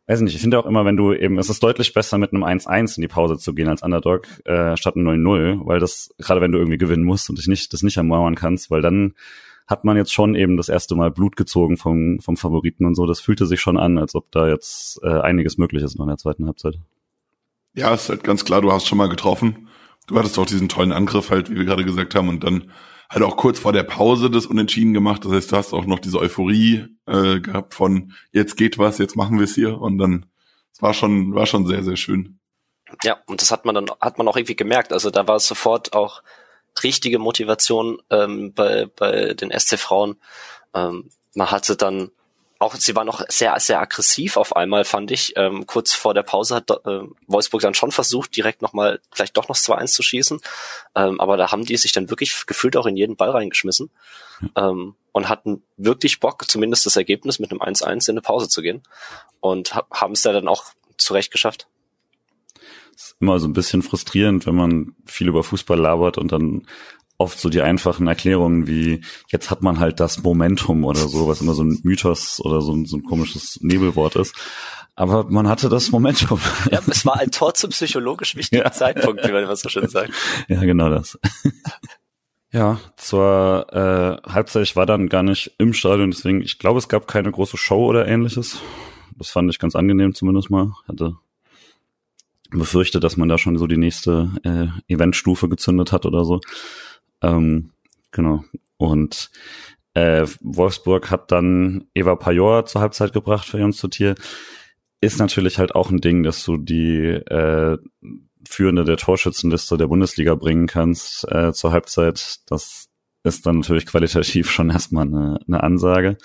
weiß nicht, ich finde auch immer, wenn du eben, es ist deutlich besser mit einem 1-1 in die Pause zu gehen als Underdog, statt einem 0-0, weil das, gerade wenn du irgendwie gewinnen musst und das nicht ermauern kannst, weil dann hat man jetzt schon eben das erste Mal Blut gezogen vom Favoriten und so. Das fühlte sich schon an, als ob da jetzt einiges möglich ist noch in der zweiten Halbzeit. Ja, ist halt ganz klar, du hast schon mal getroffen. Du hattest auch diesen tollen Angriff halt, wie wir gerade gesagt haben, und dann halt auch kurz vor der Pause das Unentschieden gemacht. Das heißt, du hast auch noch diese Euphorie gehabt von jetzt geht was, jetzt machen wir es hier. Und dann, es war schon sehr, sehr schön. Ja, und das hat man auch irgendwie gemerkt. Also da war es sofort auch richtige Motivation bei den SC Frauen. Man hatte dann auch, sie waren noch sehr, sehr aggressiv auf einmal, fand ich. Kurz vor der Pause hat Wolfsburg dann schon versucht, direkt nochmal, vielleicht doch noch 2-1 zu schießen. Aber da haben die sich dann wirklich gefühlt auch in jeden Ball reingeschmissen. Und hatten wirklich Bock, zumindest das Ergebnis mit einem 1-1 in eine Pause zu gehen. Und haben es da dann auch zurecht geschafft. Ist immer so ein bisschen frustrierend, wenn man viel über Fußball labert und dann oft so die einfachen Erklärungen wie, jetzt hat man halt das Momentum oder so, was immer so ein Mythos oder so ein komisches Nebelwort ist. Aber man hatte das Momentum. Ja, es war ein Tor zum psychologisch wichtigen Zeitpunkt, wie man immer so schön sagt. Ja, genau das. Ja, zur Halbzeit, ich war dann gar nicht im Stadion, deswegen, ich glaube, es gab keine große Show oder ähnliches. Das fand ich ganz angenehm zumindest mal. Hatte befürchtet, dass man da schon so die nächste Eventstufe gezündet hat oder so. Genau. Und Wolfsburg hat dann Eva Pajor zur Halbzeit gebracht für Jons Tier. Ist natürlich halt auch ein Ding, dass du die Führende der Torschützenliste der Bundesliga bringen kannst zur Halbzeit. Das ist dann natürlich qualitativ schon erstmal eine Ansage.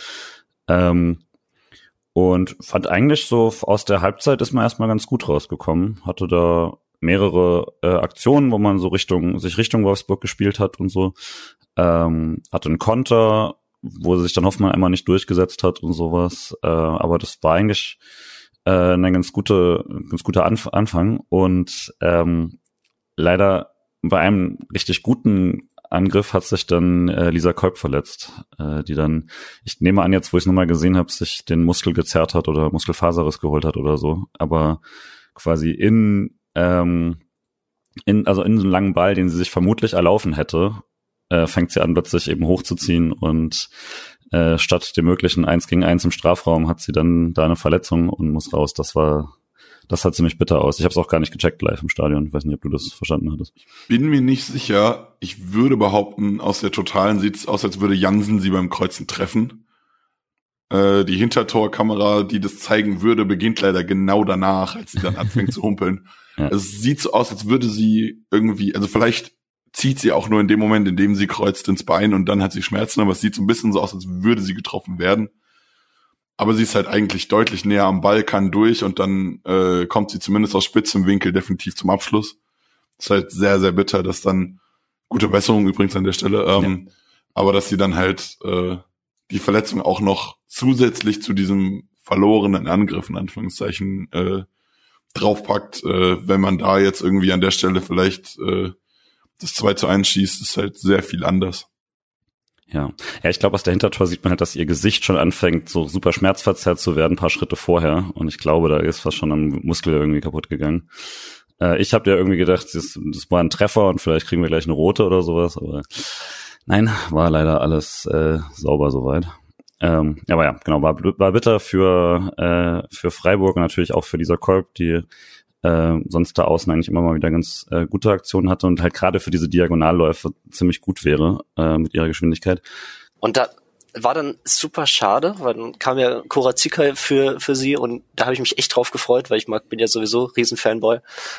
Und fand eigentlich so, aus der Halbzeit ist man erstmal ganz gut rausgekommen. Hatte da mehrere Aktionen, wo man so sich Richtung Wolfsburg gespielt hat und so. Hatte einen Konter, wo sich dann Hoffmann einmal nicht durchgesetzt hat und sowas. Aber das war eigentlich ein ganz guter Anfang. Und leider bei einem richtig guten Angriff hat sich dann Lisa Kolb verletzt, die dann, ich nehme an jetzt, wo ich es nochmal gesehen habe, sich den Muskel gezerrt hat oder Muskelfaserriss geholt hat oder so, aber quasi in so einem langen Ball, den sie sich vermutlich erlaufen hätte, fängt sie an plötzlich eben hochzuziehen und statt dem möglichen 1-gegen-1 im Strafraum hat sie dann da eine Verletzung und muss raus. Das sah ziemlich bitter aus. Ich habe es auch gar nicht gecheckt live im Stadion. Ich weiß nicht, ob du das verstanden hattest. Bin mir nicht sicher. Ich würde behaupten, aus der Totalen sieht es aus, als würde Jansen sie beim Kreuzen treffen. Die Hintertorkamera, die das zeigen würde, beginnt leider genau danach, als sie dann anfängt zu humpeln. Ja. Es sieht so aus, als würde sie irgendwie, also vielleicht zieht sie auch nur in dem Moment, in dem sie kreuzt ins Bein und dann hat sie Schmerzen, aber es sieht so ein bisschen so aus, als würde sie getroffen werden. Aber sie ist halt eigentlich deutlich näher am Ball, kann durch und dann kommt sie zumindest aus spitzem Winkel definitiv zum Abschluss. Das ist halt sehr, sehr bitter, dass dann, gute Besserung übrigens an der Stelle, aber dass sie dann halt die Verletzung auch noch zusätzlich zu diesem verlorenen Angriff, in Anführungszeichen, draufpackt, wenn man da jetzt irgendwie an der Stelle vielleicht das 2-1 schießt, ist halt sehr viel anders. Ja, ich glaube, aus der Hintertor sieht man halt, dass ihr Gesicht schon anfängt, so super schmerzverzerrt zu werden, ein paar Schritte vorher. Und ich glaube, da ist was schon am Muskel irgendwie kaputt gegangen. Ich habe ja irgendwie gedacht, das war ein Treffer und vielleicht kriegen wir gleich eine rote oder sowas. Aber nein, war leider alles sauber soweit. Aber ja, genau, war bitter für Freiburg und natürlich auch für Lisa Kolb, die sonst da außen eigentlich immer mal wieder ganz gute Aktionen hatte und halt gerade für diese Diagonalläufe ziemlich gut wäre mit ihrer Geschwindigkeit. Und da war dann super schade, weil dann kam ja Korazika für sie und da habe ich mich echt drauf gefreut, weil bin ja sowieso Riesen-Fanboy.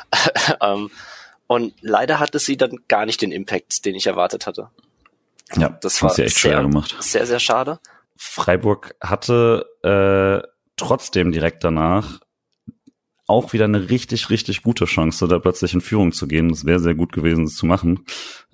Und leider hatte sie dann gar nicht den Impact, den ich erwartet hatte. Ja, das war echt schwer gemacht. Sehr, sehr schade. Freiburg hatte trotzdem direkt danach auch wieder eine richtig, richtig gute Chance, da plötzlich in Führung zu gehen. Das wäre sehr gut gewesen, das zu machen.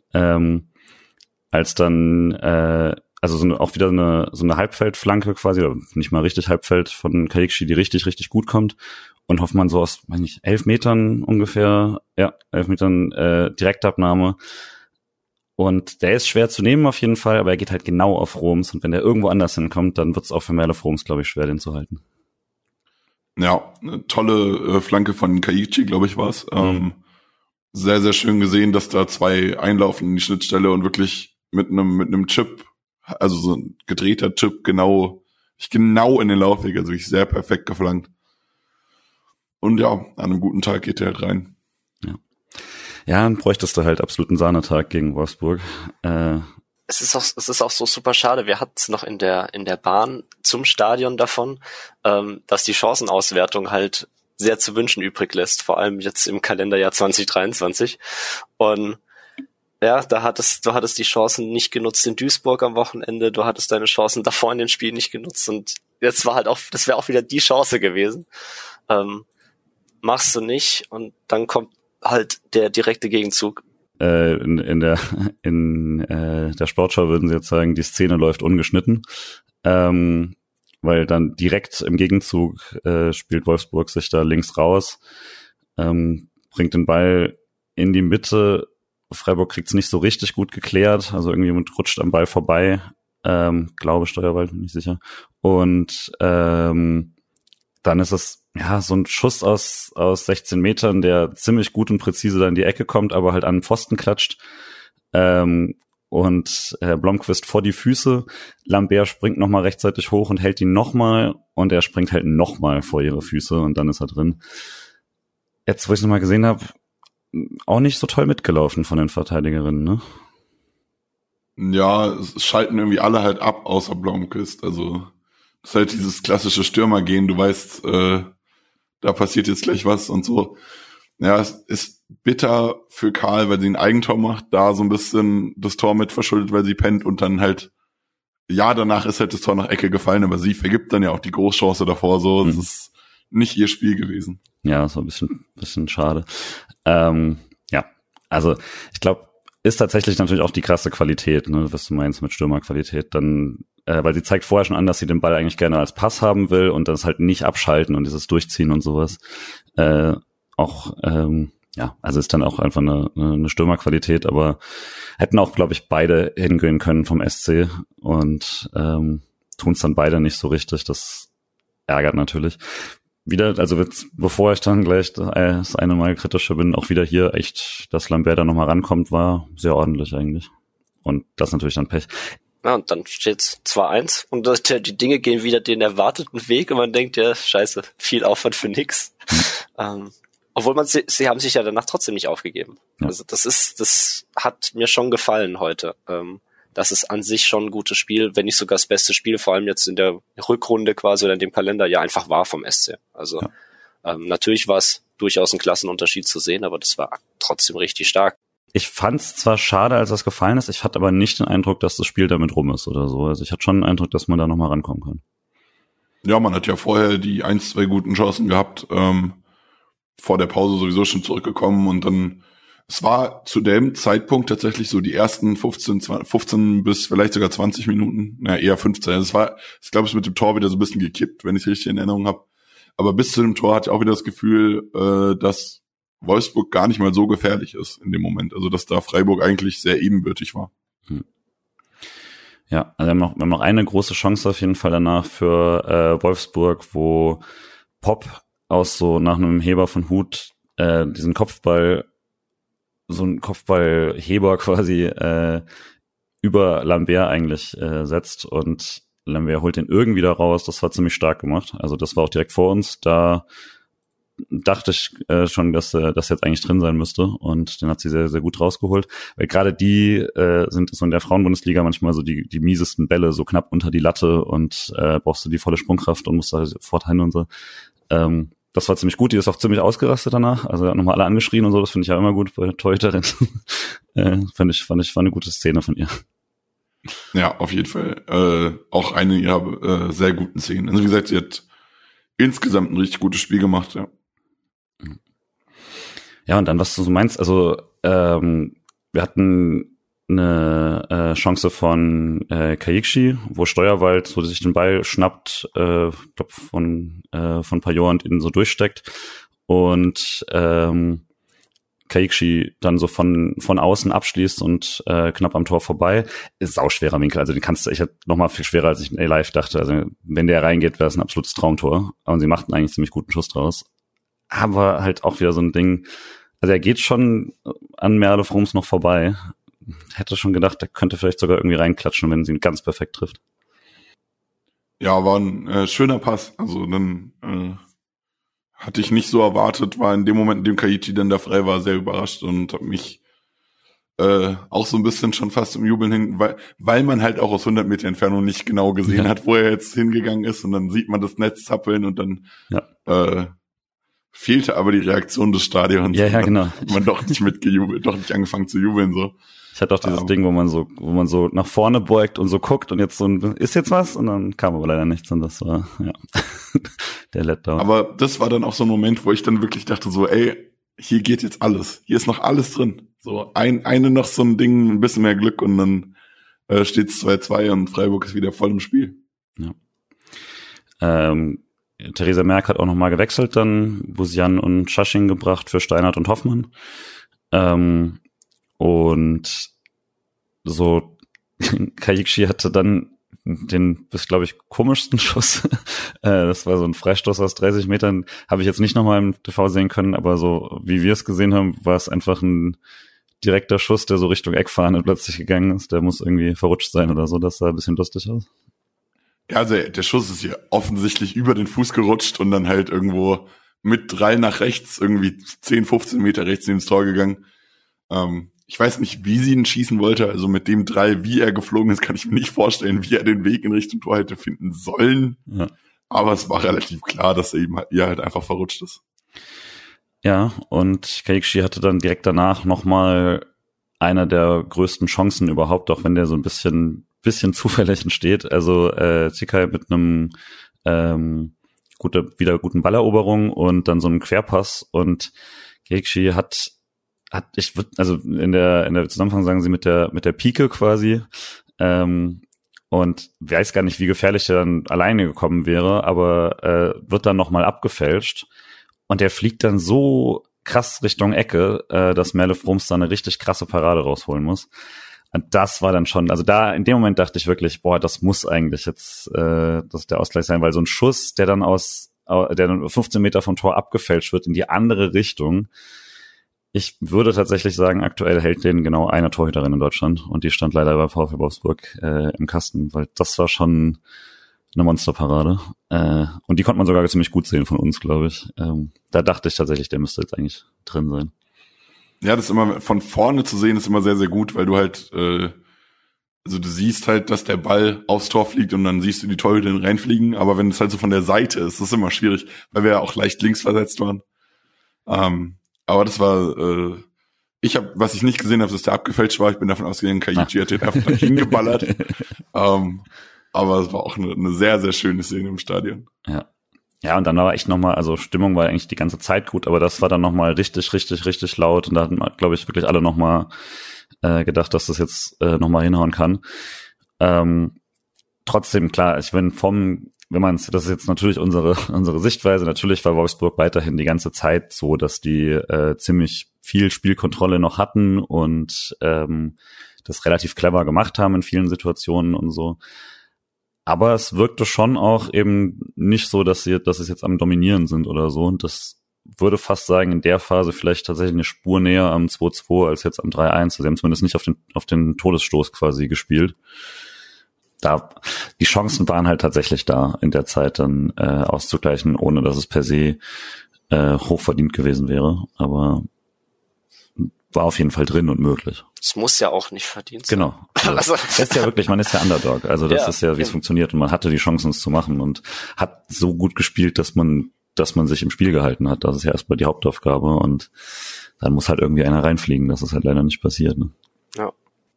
Als dann, auch wieder so eine Halbfeldflanke quasi, oder nicht mal richtig Halbfeld von Kaikshi, die richtig, richtig gut kommt. Und Hoffmann so aus, 11 Metern ungefähr, 11 Metern Direktabnahme. Und der ist schwer zu nehmen auf jeden Fall, aber er geht halt genau auf Roms. Und wenn der irgendwo anders hinkommt, dann wird es auch für Merle Roms, glaube ich, schwer, den zu halten. Ja, eine tolle Flanke von Kaichi, glaube ich, war's. Sehr, sehr schön gesehen, dass da 2 einlaufen in die Schnittstelle und wirklich mit einem Chip, also so ein gedrehter Chip, genau in den Laufweg, also wirklich sehr perfekt geflankt. Und ja, an einem guten Tag geht der halt rein. Ja, dann bräuchtest du halt absoluten Sahnetag gegen Wolfsburg. Es ist auch so super schade. Wir hatten es noch in der Bahn zum Stadion davon, dass die Chancenauswertung halt sehr zu wünschen übrig lässt, vor allem jetzt im Kalenderjahr 2023. Und ja, du hattest die Chancen nicht genutzt in Duisburg am Wochenende, du hattest deine Chancen davor in den Spielen nicht genutzt und jetzt das wäre auch wieder die Chance gewesen. Machst du nicht und dann kommt halt der direkte Gegenzug. In der Sportschau würden sie jetzt sagen, die Szene läuft ungeschnitten, weil dann direkt im Gegenzug spielt Wolfsburg sich da links raus, bringt den Ball in die Mitte. Freiburg kriegt's nicht so richtig gut geklärt, also irgendjemand rutscht am Ball vorbei, glaube Steuerwald, bin ich sicher. Und dann ist es ja so ein Schuss aus 16 Metern, der ziemlich gut und präzise da in die Ecke kommt, aber halt an den Pfosten klatscht. Und Blomqvist vor die Füße. Lambert springt nochmal rechtzeitig hoch und hält ihn nochmal. Und er springt halt nochmal vor ihre Füße und dann ist er drin. Jetzt, wo ich es nochmal gesehen habe, auch nicht so toll mitgelaufen von den Verteidigerinnen, ne? Ja, es schalten irgendwie alle halt ab, außer Blomqvist. Also das ist halt dieses klassische Stürmergehen. Du weißt, da passiert jetzt gleich was und so. Ja, es ist bitter für Karl, weil sie ein Eigentor macht, da so ein bisschen das Tor mit verschuldet, weil sie pennt und dann halt, ja, danach ist halt das Tor nach Ecke gefallen, aber sie vergibt dann ja auch die Großchance davor, so. Das ist nicht ihr Spiel gewesen. Ja, so ein bisschen schade. Ja, also ich glaube, ist tatsächlich natürlich auch die krasse Qualität, ne, was du meinst mit Stürmerqualität, dann, weil sie zeigt vorher schon an, dass sie den Ball eigentlich gerne als Pass haben will und das halt nicht abschalten und dieses Durchziehen und sowas. Ja, also ist dann auch einfach eine Stürmerqualität, aber hätten auch, glaube ich, beide hingehen können vom SC und tun es dann beide nicht so richtig. Das ärgert natürlich. Wieder, also jetzt, bevor ich dann gleich das eine Mal kritischer bin, auch wieder hier echt, dass Lambert da nochmal rankommt, war sehr ordentlich eigentlich. Und das natürlich dann Pech. Ja, und dann steht's 2-1 und die Dinge gehen wieder den erwarteten Weg und man denkt, ja, scheiße, viel Aufwand für nix. Obwohl sie haben sich ja danach trotzdem nicht aufgegeben. Ja. Also das hat mir schon gefallen heute. Das ist an sich schon ein gutes Spiel, wenn nicht sogar das beste Spiel, vor allem jetzt in der Rückrunde quasi oder in dem Kalender ja einfach war vom SC. Also natürlich war es durchaus ein Klassenunterschied zu sehen, aber das war trotzdem richtig stark. Ich fand's zwar schade, als das gefallen ist, ich hatte aber nicht den Eindruck, dass das Spiel damit rum ist oder so. Also ich hatte schon den Eindruck, dass man da nochmal rankommen kann. Ja, man hat ja vorher die 1-2 guten Chancen gehabt, vor der Pause sowieso schon zurückgekommen und dann, es war zu dem Zeitpunkt tatsächlich so die ersten 15 bis vielleicht sogar 20 Minuten, eher 15. Also ich glaube, es ist mit dem Tor wieder so ein bisschen gekippt, wenn ich richtig in Erinnerung habe. Aber bis zu dem Tor hatte ich auch wieder das Gefühl, dass Wolfsburg gar nicht mal so gefährlich ist in dem Moment. Also dass da Freiburg eigentlich sehr ebenbürtig war. Ja, also wir haben noch eine große Chance auf jeden Fall danach für Wolfsburg, wo Pop aus so nach einem Heber von Huth diesen Kopfball, so ein Kopfballheber quasi über Lambert eigentlich setzt und Lambert holt den irgendwie da raus. Das war ziemlich stark gemacht. Also das war auch direkt vor uns. Da dachte ich schon, dass das jetzt eigentlich drin sein müsste und den hat sie sehr, sehr gut rausgeholt. Weil gerade die sind so in der Frauenbundesliga manchmal so die miesesten Bälle, so knapp unter die Latte und brauchst du die volle Sprungkraft und musst da sofort hin und so. Das war ziemlich gut, die ist auch ziemlich ausgerastet danach, also hat nochmal alle angeschrien und so, das finde ich ja immer gut bei Torhüterin. Fand ich, war eine gute Szene von ihr. Ja, auf jeden Fall. Auch eine ihrer sehr guten Szenen. Also wie gesagt, sie hat insgesamt ein richtig gutes Spiel gemacht, ja. Ja, und dann, was du so meinst, also wir hatten eine Chance von Kaichi, wo Steuerwald so sich den Ball schnappt, glaub von Pajor und ihn so durchsteckt und Kaikshi dann so von außen abschließt und knapp am Tor vorbei. Ist sauschwerer Winkel, also ich hatte noch mal viel schwerer, als ich in live dachte. Also wenn der reingeht, wäre es ein absolutes Traumtor. Und sie machten eigentlich ziemlich guten Schuss draus. Aber halt auch wieder so ein Ding, also er geht schon an Merle Frooms noch vorbei. Hätte schon gedacht, er könnte vielleicht sogar irgendwie reinklatschen, wenn sie ihn ganz perfekt trifft. Ja, war ein schöner Pass. Also dann hatte ich nicht so erwartet, war in dem Moment, in dem Kaichi dann da frei war, sehr überrascht und habe mich auch so ein bisschen schon fast im Jubeln hin, weil man halt auch aus 100 Meter Entfernung nicht genau gesehen hat, wo er jetzt hingegangen ist, und dann sieht man das Netz zappeln und dann fehlte aber die Reaktion des Stadions. Ja, genau. Hat man doch nicht mitgejubelt, doch nicht angefangen zu jubeln so. Ich hatte auch dieses Ding, wo man so nach vorne beugt und so guckt und jetzt so ist jetzt was? Und dann kam aber leider nichts und das war, der Letdown. Aber das war dann auch so ein Moment, wo ich dann wirklich dachte so, ey, hier geht jetzt alles. Hier ist noch alles drin. So, eine noch so ein Ding, ein bisschen mehr Glück und dann steht's 2-2 und Freiburg ist wieder voll im Spiel. Ja. Theresa Merck hat auch nochmal gewechselt dann, Busian und Schasching gebracht für Steinhardt und Hoffmann. Und so, Kaikshi hatte dann den, glaube ich, komischsten Schuss. Das war so ein Freistoß aus 30 Metern. Habe ich jetzt nicht nochmal im TV sehen können, aber so, wie wir es gesehen haben, war es einfach ein direkter Schuss, der so Richtung Eckfahne plötzlich gegangen ist. Der muss irgendwie verrutscht sein oder so. Das sah ein bisschen lustig aus. Ja, also der Schuss ist hier offensichtlich über den Fuß gerutscht und dann halt irgendwo mit 3 nach rechts, irgendwie 10, 15 Meter rechts ins Tor gegangen. Ich weiß nicht, wie sie ihn schießen wollte, also mit dem 3, wie er geflogen ist, kann ich mir nicht vorstellen, wie er den Weg in Richtung Tor hätte finden sollen. Ja. Aber es war relativ klar, dass er ihr halt einfach verrutscht ist. Ja, und Kaikshi hatte dann direkt danach nochmal einer der größten Chancen überhaupt, auch wenn der so ein bisschen zufällig entsteht. Also Zikai mit einem guten Balleroberung und dann so einen Querpass, und Kaikshi hat ich würde, also in der Zusammenfassung sagen sie mit der Pike quasi, und weiß gar nicht, wie gefährlich er dann alleine gekommen wäre, aber wird dann nochmal abgefälscht und der fliegt dann so krass Richtung Ecke, dass Merle Frooms da eine richtig krasse Parade rausholen muss. Und das war dann schon, also da in dem Moment dachte ich wirklich, boah, das muss eigentlich jetzt das der Ausgleich sein, weil so ein Schuss, der dann 15 Meter vom Tor abgefälscht wird in die andere Richtung. Ich würde tatsächlich sagen, aktuell hält den genau eine Torhüterin in Deutschland und die stand leider bei VfL Wolfsburg im Kasten, weil das war schon eine Monsterparade. Und die konnte man sogar ziemlich gut sehen von uns, glaube ich. Da dachte ich tatsächlich, der müsste jetzt eigentlich drin sein. Ja, das immer von vorne zu sehen ist immer sehr, sehr gut, weil du halt, also du siehst halt, dass der Ball aufs Tor fliegt und dann siehst du die Torhüterin reinfliegen, aber wenn es halt so von der Seite ist, ist das immer schwierig, weil wir ja auch leicht links versetzt waren. Aber das war, was ich nicht gesehen habe, dass der abgefälscht war. Ich bin davon ausgegangen, Kaichi hat den einfach hingeballert. Aber es war auch eine sehr, sehr schöne Szene im Stadion. Ja. Ja, und dann war echt nochmal, also Stimmung war eigentlich die ganze Zeit gut, aber das war dann nochmal richtig, richtig, richtig laut. Und da hatten, glaube ich, wirklich alle nochmal gedacht, dass das jetzt nochmal hinhauen kann. Trotzdem, klar, das ist jetzt natürlich unsere Sichtweise, natürlich war Wolfsburg weiterhin die ganze Zeit so, dass die ziemlich viel Spielkontrolle noch hatten und das relativ clever gemacht haben in vielen Situationen und so. Aber es wirkte schon auch eben nicht so, dass es jetzt am Dominieren sind oder so. Und das würde fast sagen, in der Phase vielleicht tatsächlich eine Spur näher am 2-2 als jetzt am 3-1. Also sie haben zumindest nicht auf den Todesstoß quasi gespielt. Die Chancen waren halt tatsächlich da, in der Zeit dann auszugleichen, ohne dass es per se hochverdient gewesen wäre. Aber war auf jeden Fall drin und möglich. Es muss ja auch nicht verdient sein. Genau. Also, das ist ja wirklich, man ist ja Underdog. Also das ist ja, wie es funktioniert. Und man hatte die Chancen, es zu machen und hat so gut gespielt, dass man sich im Spiel gehalten hat. Das ist ja erstmal die Hauptaufgabe. Und dann muss halt irgendwie einer reinfliegen. Das ist halt leider nicht passiert. Ne? Ja.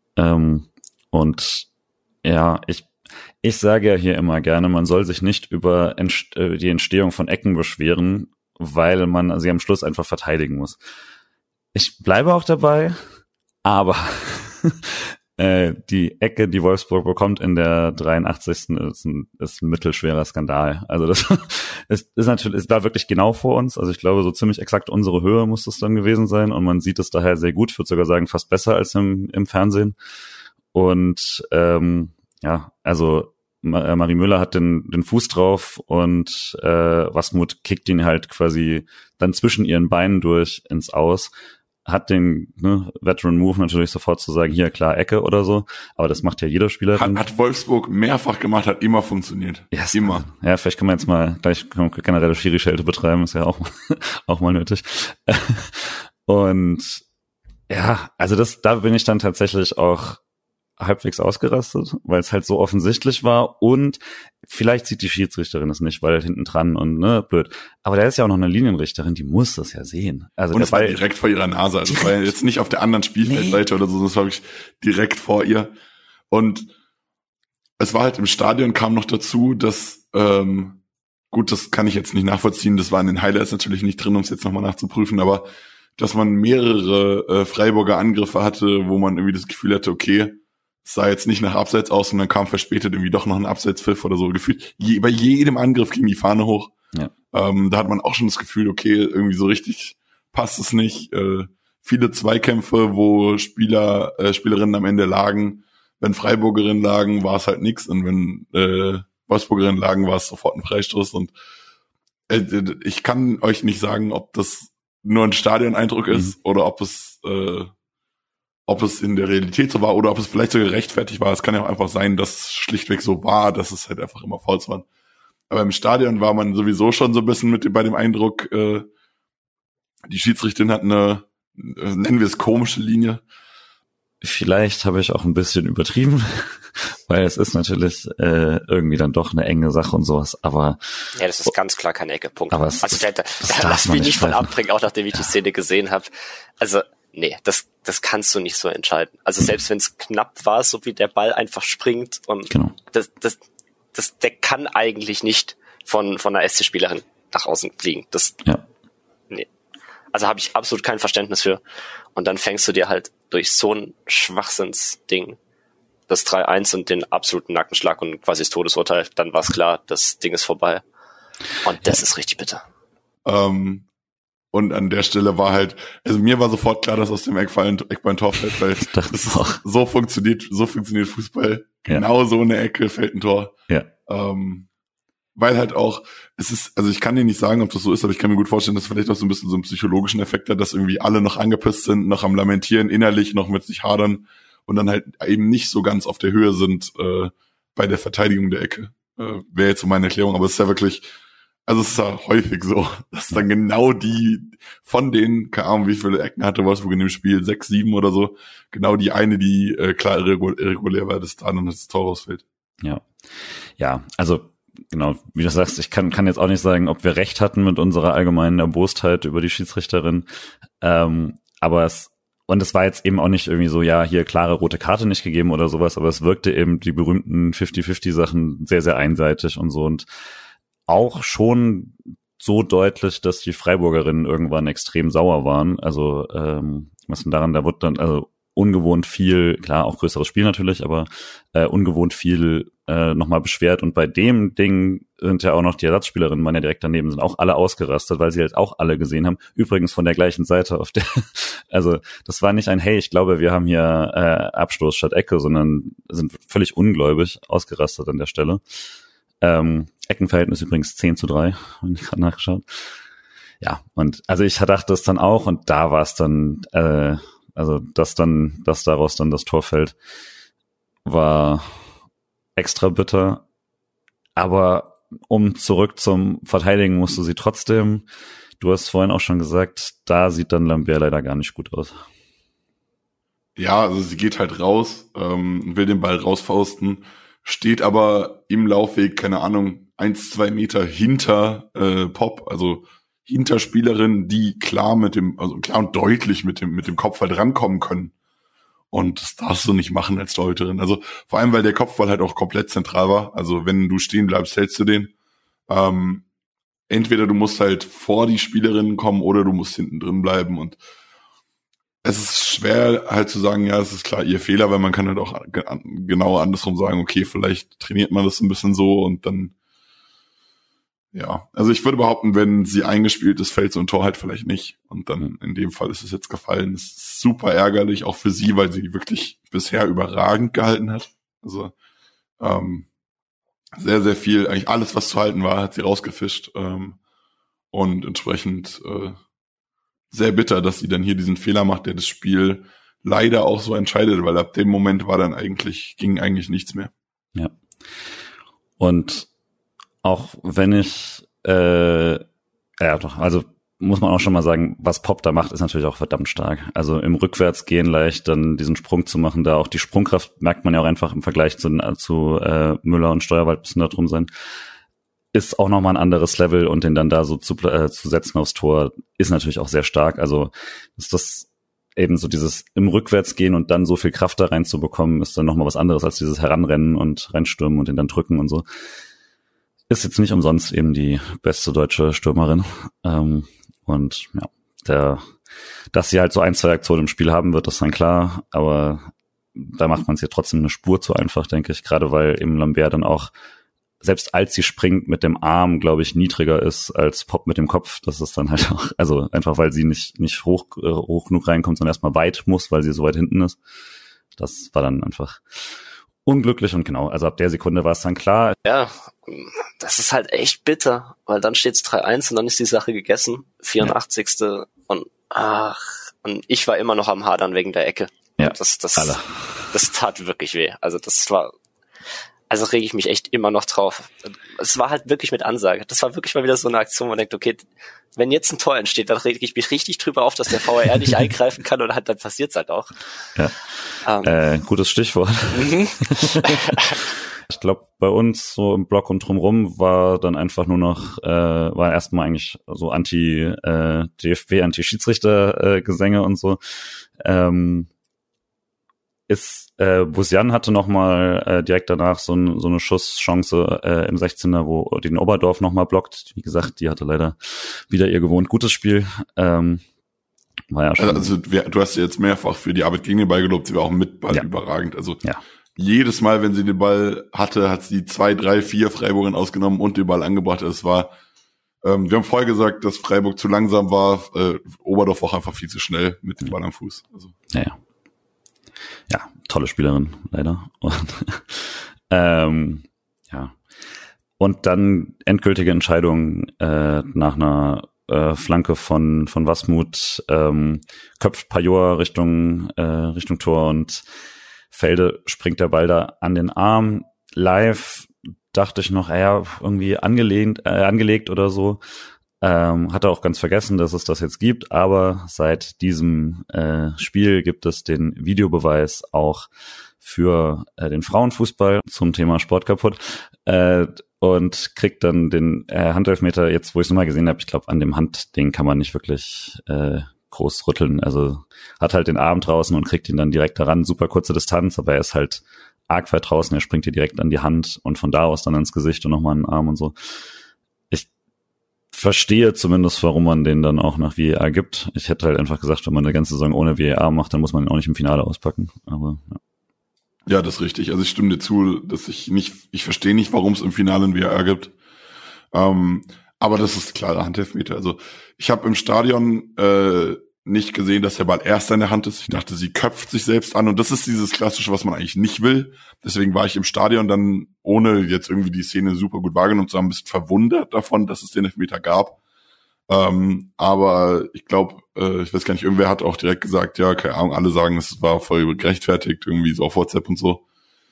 Und ja, ich sage ja hier immer gerne, man soll sich nicht über die Entstehung von Ecken beschweren, weil man sie am Schluss einfach verteidigen muss. Ich bleibe auch dabei, aber die Ecke, die Wolfsburg bekommt in der 83. ist ein mittelschwerer Skandal. Also das ist natürlich, es war wirklich genau vor uns. Also ich glaube, so ziemlich exakt unsere Höhe muss es dann gewesen sein und man sieht es daher sehr gut. Ich würde sogar sagen, fast besser als im Fernsehen. Und also Marie Müller hat den Fuß drauf und Wasmuth kickt ihn halt quasi dann zwischen ihren Beinen durch ins Aus. Hat den Veteran Move natürlich sofort zu sagen, hier klar Ecke oder so, aber das macht ja jeder Spieler. Hat Wolfsburg mehrfach gemacht, hat immer funktioniert. Yes, immer. Ja, vielleicht können wir jetzt mal gleich generelle Schiri-Schelte betreiben, ist ja auch mal nötig. Und ja, also da bin ich dann tatsächlich auch halbwegs ausgerastet, weil es halt so offensichtlich war und vielleicht sieht die Schiedsrichterin es nicht, weil hinten dran und blöd. Aber da ist ja auch noch eine Linienrichterin, die muss das ja sehen. Also und es war direkt vor ihrer Nase, also es war jetzt nicht auf der anderen Spielfeldseite oder so, das war wirklich direkt vor ihr. Und es war halt im Stadion, kam noch dazu, dass gut, das kann ich jetzt nicht nachvollziehen, das war in den Highlights natürlich nicht drin, um es jetzt nochmal nachzuprüfen, aber dass man mehrere Freiburger Angriffe hatte, wo man irgendwie das Gefühl hatte, okay, es sah jetzt nicht nach Abseits aus und dann kam verspätet irgendwie doch noch ein Abseitspfiff oder so. Gefühlt bei jedem Angriff ging die Fahne hoch. Ja. Da hat man auch schon das Gefühl, okay, irgendwie so richtig passt es nicht. Viele Zweikämpfe, wo Spielerinnen am Ende lagen. Wenn Freiburgerinnen lagen, war es halt nix. Und wenn Wolfsburgerinnen lagen, war es sofort ein Freistoß. Und ich kann euch nicht sagen, ob das nur ein Stadioneindruck ist oder ob es in der Realität so war oder ob es vielleicht sogar gerechtfertigt war. Es kann ja auch einfach sein, dass es schlichtweg so war, dass es halt einfach immer Fouls waren. Aber im Stadion war man sowieso schon so ein bisschen bei dem Eindruck, die Schiedsrichterin hat eine, nennen wir es komische Linie. Vielleicht habe ich auch ein bisschen übertrieben, weil es ist natürlich irgendwie dann doch eine enge Sache und sowas, aber... Ja, das ist ganz klar keine Ecke, Punkt. Aber also da lass mich nicht von abbringen, auch nachdem ich die Szene gesehen habe. Also, nee, das kannst du nicht so entscheiden. Also selbst wenn es knapp war, so wie der Ball einfach springt und genau. der kann eigentlich nicht von einer SC-Spielerin nach außen fliegen. Nee. Also habe ich absolut kein Verständnis für. Und dann fängst du dir halt durch so ein Schwachsinnsding das 3-1 und den absoluten Nackenschlag und quasi das Todesurteil, dann war es klar, das Ding ist vorbei. Und das ist richtig bitter. Und an der Stelle war halt, also mir war sofort klar, dass aus dem Eckbein Tor fällt, weil so funktioniert Fußball. Ja. Genau so eine Ecke fällt ein Tor. Ja. Weil halt auch, es ist, also ich kann dir nicht sagen, ob das so ist, aber ich kann mir gut vorstellen, dass vielleicht auch so ein bisschen so einen psychologischen Effekt hat, dass irgendwie alle noch angepisst sind, noch am Lamentieren, innerlich noch mit sich hadern und dann halt eben nicht so ganz auf der Höhe sind bei der Verteidigung der Ecke. Wäre jetzt so meine Erklärung, aber es ist ja wirklich, also es ist ja häufig so, dass dann genau die von denen, keine Ahnung, wie viele Ecken hatte Wolfsburg in dem Spiel, 6, 7 oder so, genau die eine, die klar irregulär war, das dann und das Tor rausfällt. Ja, also genau, wie du sagst, ich kann jetzt auch nicht sagen, ob wir recht hatten mit unserer allgemeinen Erbostheit über die Schiedsrichterin, aber es war jetzt eben auch nicht irgendwie so, ja, hier klare rote Karte nicht gegeben oder sowas, aber es wirkte eben die berühmten 50-50-Sachen sehr, sehr einseitig und so und auch schon so deutlich, dass die Freiburgerinnen irgendwann extrem sauer waren. Also was denn daran, da wurde dann also ungewohnt viel, klar auch größeres Spiel natürlich, aber ungewohnt viel nochmal beschwert und bei dem Ding sind ja auch noch die Ersatzspielerinnen, waren ja direkt daneben, sind auch alle ausgerastet, weil sie halt auch alle gesehen haben, übrigens von der gleichen Seite, auf der, also das war nicht ein, hey, ich glaube, wir haben hier Abstoß statt Ecke, sondern sind völlig ungläubig ausgerastet an der Stelle. Eckenverhältnis übrigens 10:3, habe ich gerade nachgeschaut. Ja, und also ich dachte das dann auch und da war es dann, also dass daraus dann das Tor fällt, war extra bitter. Aber um zurück zum Verteidigen musste sie trotzdem. Du hast vorhin auch schon gesagt, da sieht dann Lambert leider gar nicht gut aus. Ja, also sie geht halt raus, will den Ball rausfausten, steht aber im Laufweg, keine Ahnung, 1-2 Meter hinter Pop, also hinter Spielerinnen, die klar und deutlich mit dem Kopf halt rankommen können. Und das darfst du nicht machen als Torhüterin. Also vor allem, weil der Kopfball halt auch komplett zentral war. Also wenn du stehen bleibst, hältst du den. Entweder du musst halt vor die Spielerinnen kommen oder du musst hinten drin bleiben. Und Es ist schwer halt zu sagen, ja, es ist klar ihr Fehler, weil man kann halt auch genau andersrum sagen, okay, vielleicht trainiert man das ein bisschen so und dann, ja. Also ich würde behaupten, wenn sie eingespielt ist, fällt so ein Tor halt vielleicht nicht. Und dann in dem Fall ist es jetzt gefallen. Es ist super ärgerlich, auch für sie, weil sie wirklich bisher überragend gehalten hat. Also sehr, sehr viel, eigentlich alles, was zu halten war, hat sie rausgefischt. Und entsprechend sehr bitter, dass sie dann hier diesen Fehler macht, der das Spiel leider auch so entscheidet, weil ab dem Moment ging eigentlich nichts mehr. Ja. Und auch wenn ich, ja doch, also muss man auch schon mal sagen, was Pop da macht, ist natürlich auch verdammt stark. Also im Rückwärtsgehen leicht dann diesen Sprung zu machen, da auch die Sprungkraft merkt man ja auch einfach im Vergleich zu Müller und Steuerwald müssen da drum sein. Ist auch nochmal ein anderes Level und den dann da so zu setzen aufs Tor ist natürlich auch sehr stark. Also ist das eben so dieses im Rückwärtsgehen und dann so viel Kraft da reinzubekommen, ist dann nochmal was anderes als dieses Heranrennen und reinstürmen und den dann drücken und so. Ist jetzt nicht umsonst eben die beste deutsche Stürmerin. Und ja, dass sie halt so 1, 2 Aktionen im Spiel haben wird, das dann klar. Aber da macht man es ja trotzdem eine Spur zu einfach, denke ich. Gerade weil eben Lambert dann auch selbst als sie springt mit dem Arm, glaube ich, niedriger ist als Pop mit dem Kopf. Das ist dann halt auch, also einfach, weil sie nicht hoch genug reinkommt, sondern erstmal weit muss, weil sie so weit hinten ist. Das war dann einfach unglücklich und genau, also ab der Sekunde war es dann klar. Ja, das ist halt echt bitter, weil dann steht's 3-1 und dann ist die Sache gegessen. 84. Ja. Und ich war immer noch am Hadern wegen der Ecke. Ja, das tat wirklich weh. Also rege ich mich echt immer noch drauf. Es war halt wirklich mit Ansage. Das war wirklich mal wieder so eine Aktion, wo man denkt, okay, wenn jetzt ein Tor entsteht, dann rege ich mich richtig drüber auf, dass der VAR nicht eingreifen kann und halt, dann passiert's halt auch. Ja. Gutes Stichwort. Ich glaube, bei uns so im Block und drumrum war dann einfach nur noch, war erstmal eigentlich so Anti-DFB, Anti-Schiedsrichter-Gesänge und so. Busian hatte nochmal direkt danach so eine Schusschance im 16er, wo den Oberdorf nochmal blockt. Wie gesagt, die hatte leider wieder ihr gewohnt gutes Spiel. War ja schon. Also du hast ja jetzt mehrfach für die Arbeit gegen den Ball gelobt, sie war auch mit Ball überragend. Also jedes Mal, wenn sie den Ball hatte, hat sie 2, 3, 4 Freiburgern ausgenommen und den Ball angebracht. Es war, wir haben vorher gesagt, dass Freiburg zu langsam war, Oberdorf auch einfach viel zu schnell mit dem Ball am Fuß. Also. Ja, tolle Spielerin, leider. Und, ja. Und dann endgültige Entscheidung nach einer Flanke von Wasmuth, köpft Pajor Richtung Tor und Felde springt der Ball da an den Arm. Live dachte ich noch, irgendwie angelegt oder so. Hatte auch ganz vergessen, dass es das jetzt gibt, aber seit diesem Spiel gibt es den Videobeweis auch für den Frauenfußball zum Thema Sport kaputt und kriegt dann den Handelfmeter, jetzt wo ich es nochmal gesehen habe, ich glaube an dem Handding kann man nicht wirklich groß rütteln, also hat halt den Arm draußen und kriegt ihn dann direkt daran, super kurze Distanz, aber er ist halt arg weit draußen, er springt dir direkt an die Hand und von da aus dann ans Gesicht und nochmal an den Arm und so. Verstehe zumindest, warum man den dann auch nach VAR gibt. Ich hätte halt einfach gesagt, wenn man eine ganze Saison ohne VAR macht, dann muss man ihn auch nicht im Finale auspacken. Aber ja, das ist richtig. Also ich stimme dir zu, dass ich verstehe nicht, warum es im Finale ein VAR gibt. Aber das ist klare Handelfmeter. Also ich habe im Stadion nicht gesehen, dass der Ball erst in der Hand ist. Ich dachte, sie köpft sich selbst an und das ist dieses Klassische, was man eigentlich nicht will. Deswegen war ich im Stadion dann, ohne jetzt irgendwie die Szene super gut wahrgenommen zu haben, ein bisschen verwundert davon, dass es den Elfmeter gab. Aber ich glaube, ich weiß gar nicht, irgendwer hat auch direkt gesagt, ja, keine Ahnung, alle sagen, es war voll gerechtfertigt, irgendwie so auf WhatsApp und so.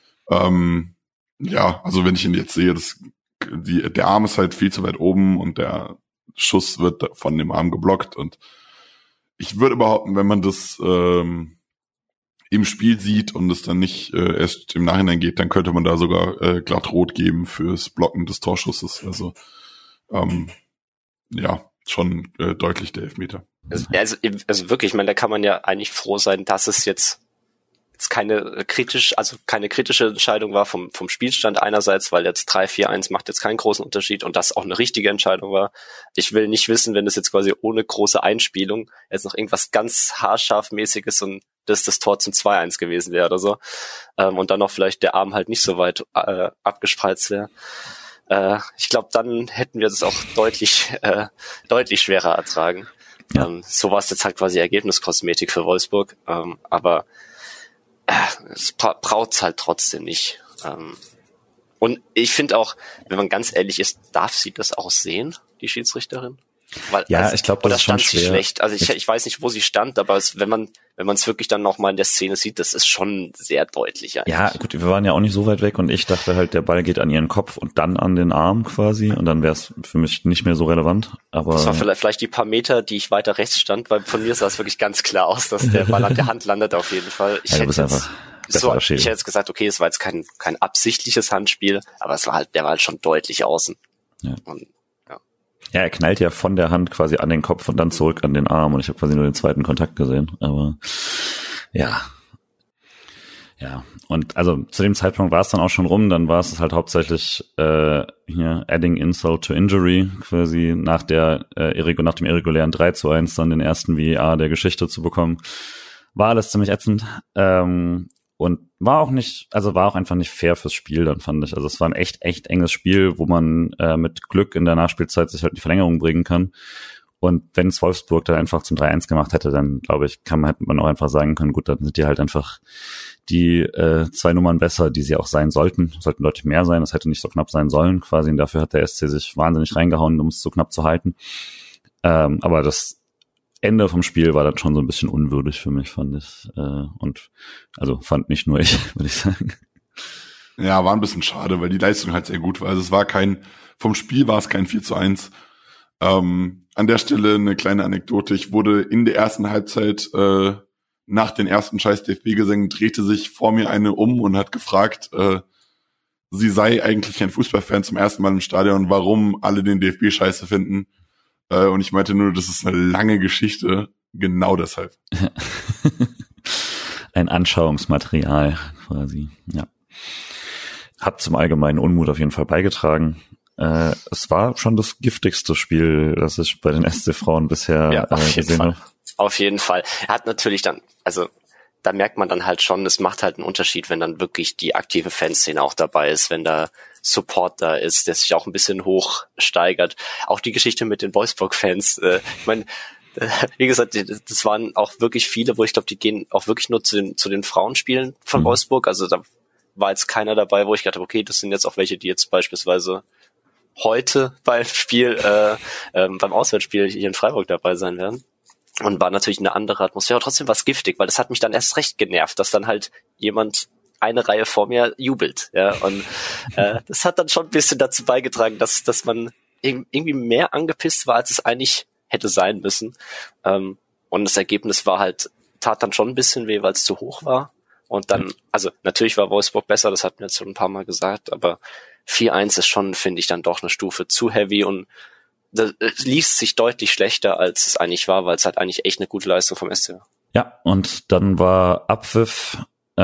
Ja, also wenn ich ihn jetzt sehe, der Arm ist halt viel zu weit oben und der Schuss wird von dem Arm geblockt und ich würde behaupten, wenn man das im Spiel sieht und es dann nicht erst im Nachhinein geht, dann könnte man da sogar glatt rot geben fürs Blocken des Torschusses. Also ja, schon deutlich der Elfmeter. Also wirklich, ich meine, da kann man ja eigentlich froh sein, dass es jetzt jetzt keine kritische Entscheidung war vom Spielstand einerseits, weil jetzt 3-4-1 macht jetzt keinen großen Unterschied und das auch eine richtige Entscheidung war. Ich will nicht wissen, wenn das jetzt quasi ohne große Einspielung jetzt noch irgendwas ganz haarscharfmäßiges und das Tor zum 2-1 gewesen wäre oder so. Und dann noch vielleicht der Arm halt nicht so weit abgespreizt wäre. Ich glaube, dann hätten wir das auch deutlich schwerer ertragen. Ja. So war es jetzt halt quasi Ergebniskosmetik für Wolfsburg. Aber es braucht's halt trotzdem nicht. Und ich finde auch, wenn man ganz ehrlich ist, darf sie das auch sehen, die Schiedsrichterin? Weil, ja, ich glaube, das ist schon schwer. Oder stand sie schlecht? Also ich weiß nicht, wo sie stand, aber wenn man es wirklich dann nochmal in der Szene sieht, das ist schon sehr deutlich eigentlich. Ja, gut, wir waren ja auch nicht so weit weg und ich dachte halt, der Ball geht an ihren Kopf und dann an den Arm quasi und dann wäre es für mich nicht mehr so relevant. Aber das war vielleicht die paar Meter, die ich weiter rechts stand, weil von mir sah es wirklich ganz klar aus, dass der Ball an der Hand landet auf jeden Fall. Ich hätte jetzt gesagt, okay, es war jetzt kein absichtliches Handspiel, aber der war halt schon deutlich außen. Ja. Und ja, er knallt ja von der Hand quasi an den Kopf und dann zurück an den Arm und ich habe quasi nur den zweiten Kontakt gesehen, aber ja. Ja, und also zu dem Zeitpunkt war es dann auch schon rum, dann war es halt hauptsächlich adding insult to injury, quasi nach dem irregulären 3-1 dann den ersten VAR der Geschichte zu bekommen. War alles ziemlich ätzend. Und war auch einfach nicht fair fürs Spiel, dann fand ich. Also es war ein echt enges Spiel, wo man mit Glück in der Nachspielzeit sich halt in die Verlängerung bringen kann. Und wenn es Wolfsburg dann einfach zum 3-1 gemacht hätte, dann glaube ich, hätte man auch einfach sagen können, gut, dann sind die halt einfach die 2 Nummern besser, die sie auch sein sollten deutlich mehr sein. Das hätte nicht so knapp sein sollen, quasi. Und dafür hat der SC sich wahnsinnig reingehauen, um es so knapp zu halten. Aber das Ende vom Spiel war dann schon so ein bisschen unwürdig für mich, fand ich. Und also fand nicht nur ich, würde ich sagen. Ja, war ein bisschen schade, weil die Leistung halt sehr gut war. Also vom Spiel war es kein 4-1. An der Stelle eine kleine Anekdote. Ich wurde in der ersten Halbzeit nach den ersten scheiß DFB-Gesängen drehte sich vor mir eine um und hat gefragt, sie sei eigentlich ein Fußballfan zum ersten Mal im Stadion, warum alle den DFB scheiße finden. Und ich meinte nur, das ist eine lange Geschichte, genau deshalb. Ein Anschauungsmaterial quasi, ja. Hat zum allgemeinen Unmut auf jeden Fall beigetragen. Es war schon das giftigste Spiel, das ich bei den SC-Frauen bisher gesehen habe. Auf jeden Fall. Er hat natürlich dann, also da merkt man dann halt schon, es macht halt einen Unterschied, wenn dann wirklich die aktive Fanszene auch dabei ist, wenn da Support da ist, der sich auch ein bisschen hoch steigert. Auch die Geschichte mit den Wolfsburg-Fans. Ich meine, wie gesagt, das waren auch wirklich viele, wo ich glaube, die gehen auch wirklich nur zu den Frauenspielen von Wolfsburg. Also da war jetzt keiner dabei, wo ich gedacht habe, okay, das sind jetzt auch welche, die jetzt beispielsweise heute beim Spiel, beim Auswärtsspiel hier in Freiburg dabei sein werden. Und war natürlich eine andere Atmosphäre. Aber trotzdem war es giftig, weil das hat mich dann erst recht genervt, dass dann halt jemand eine Reihe vor mir jubelt, ja, und das hat dann schon ein bisschen dazu beigetragen, dass man irgendwie mehr angepisst war, als es eigentlich hätte sein müssen, und das Ergebnis tat dann schon ein bisschen weh, weil es zu hoch war, und dann, also natürlich war Wolfsburg besser, das hatten wir jetzt schon ein paar Mal gesagt, aber 4-1 ist schon, finde ich, dann doch eine Stufe zu heavy und das liest sich deutlich schlechter, als es eigentlich war, weil es halt eigentlich echt eine gute Leistung vom SC war. Ja, und dann war Abpfiff,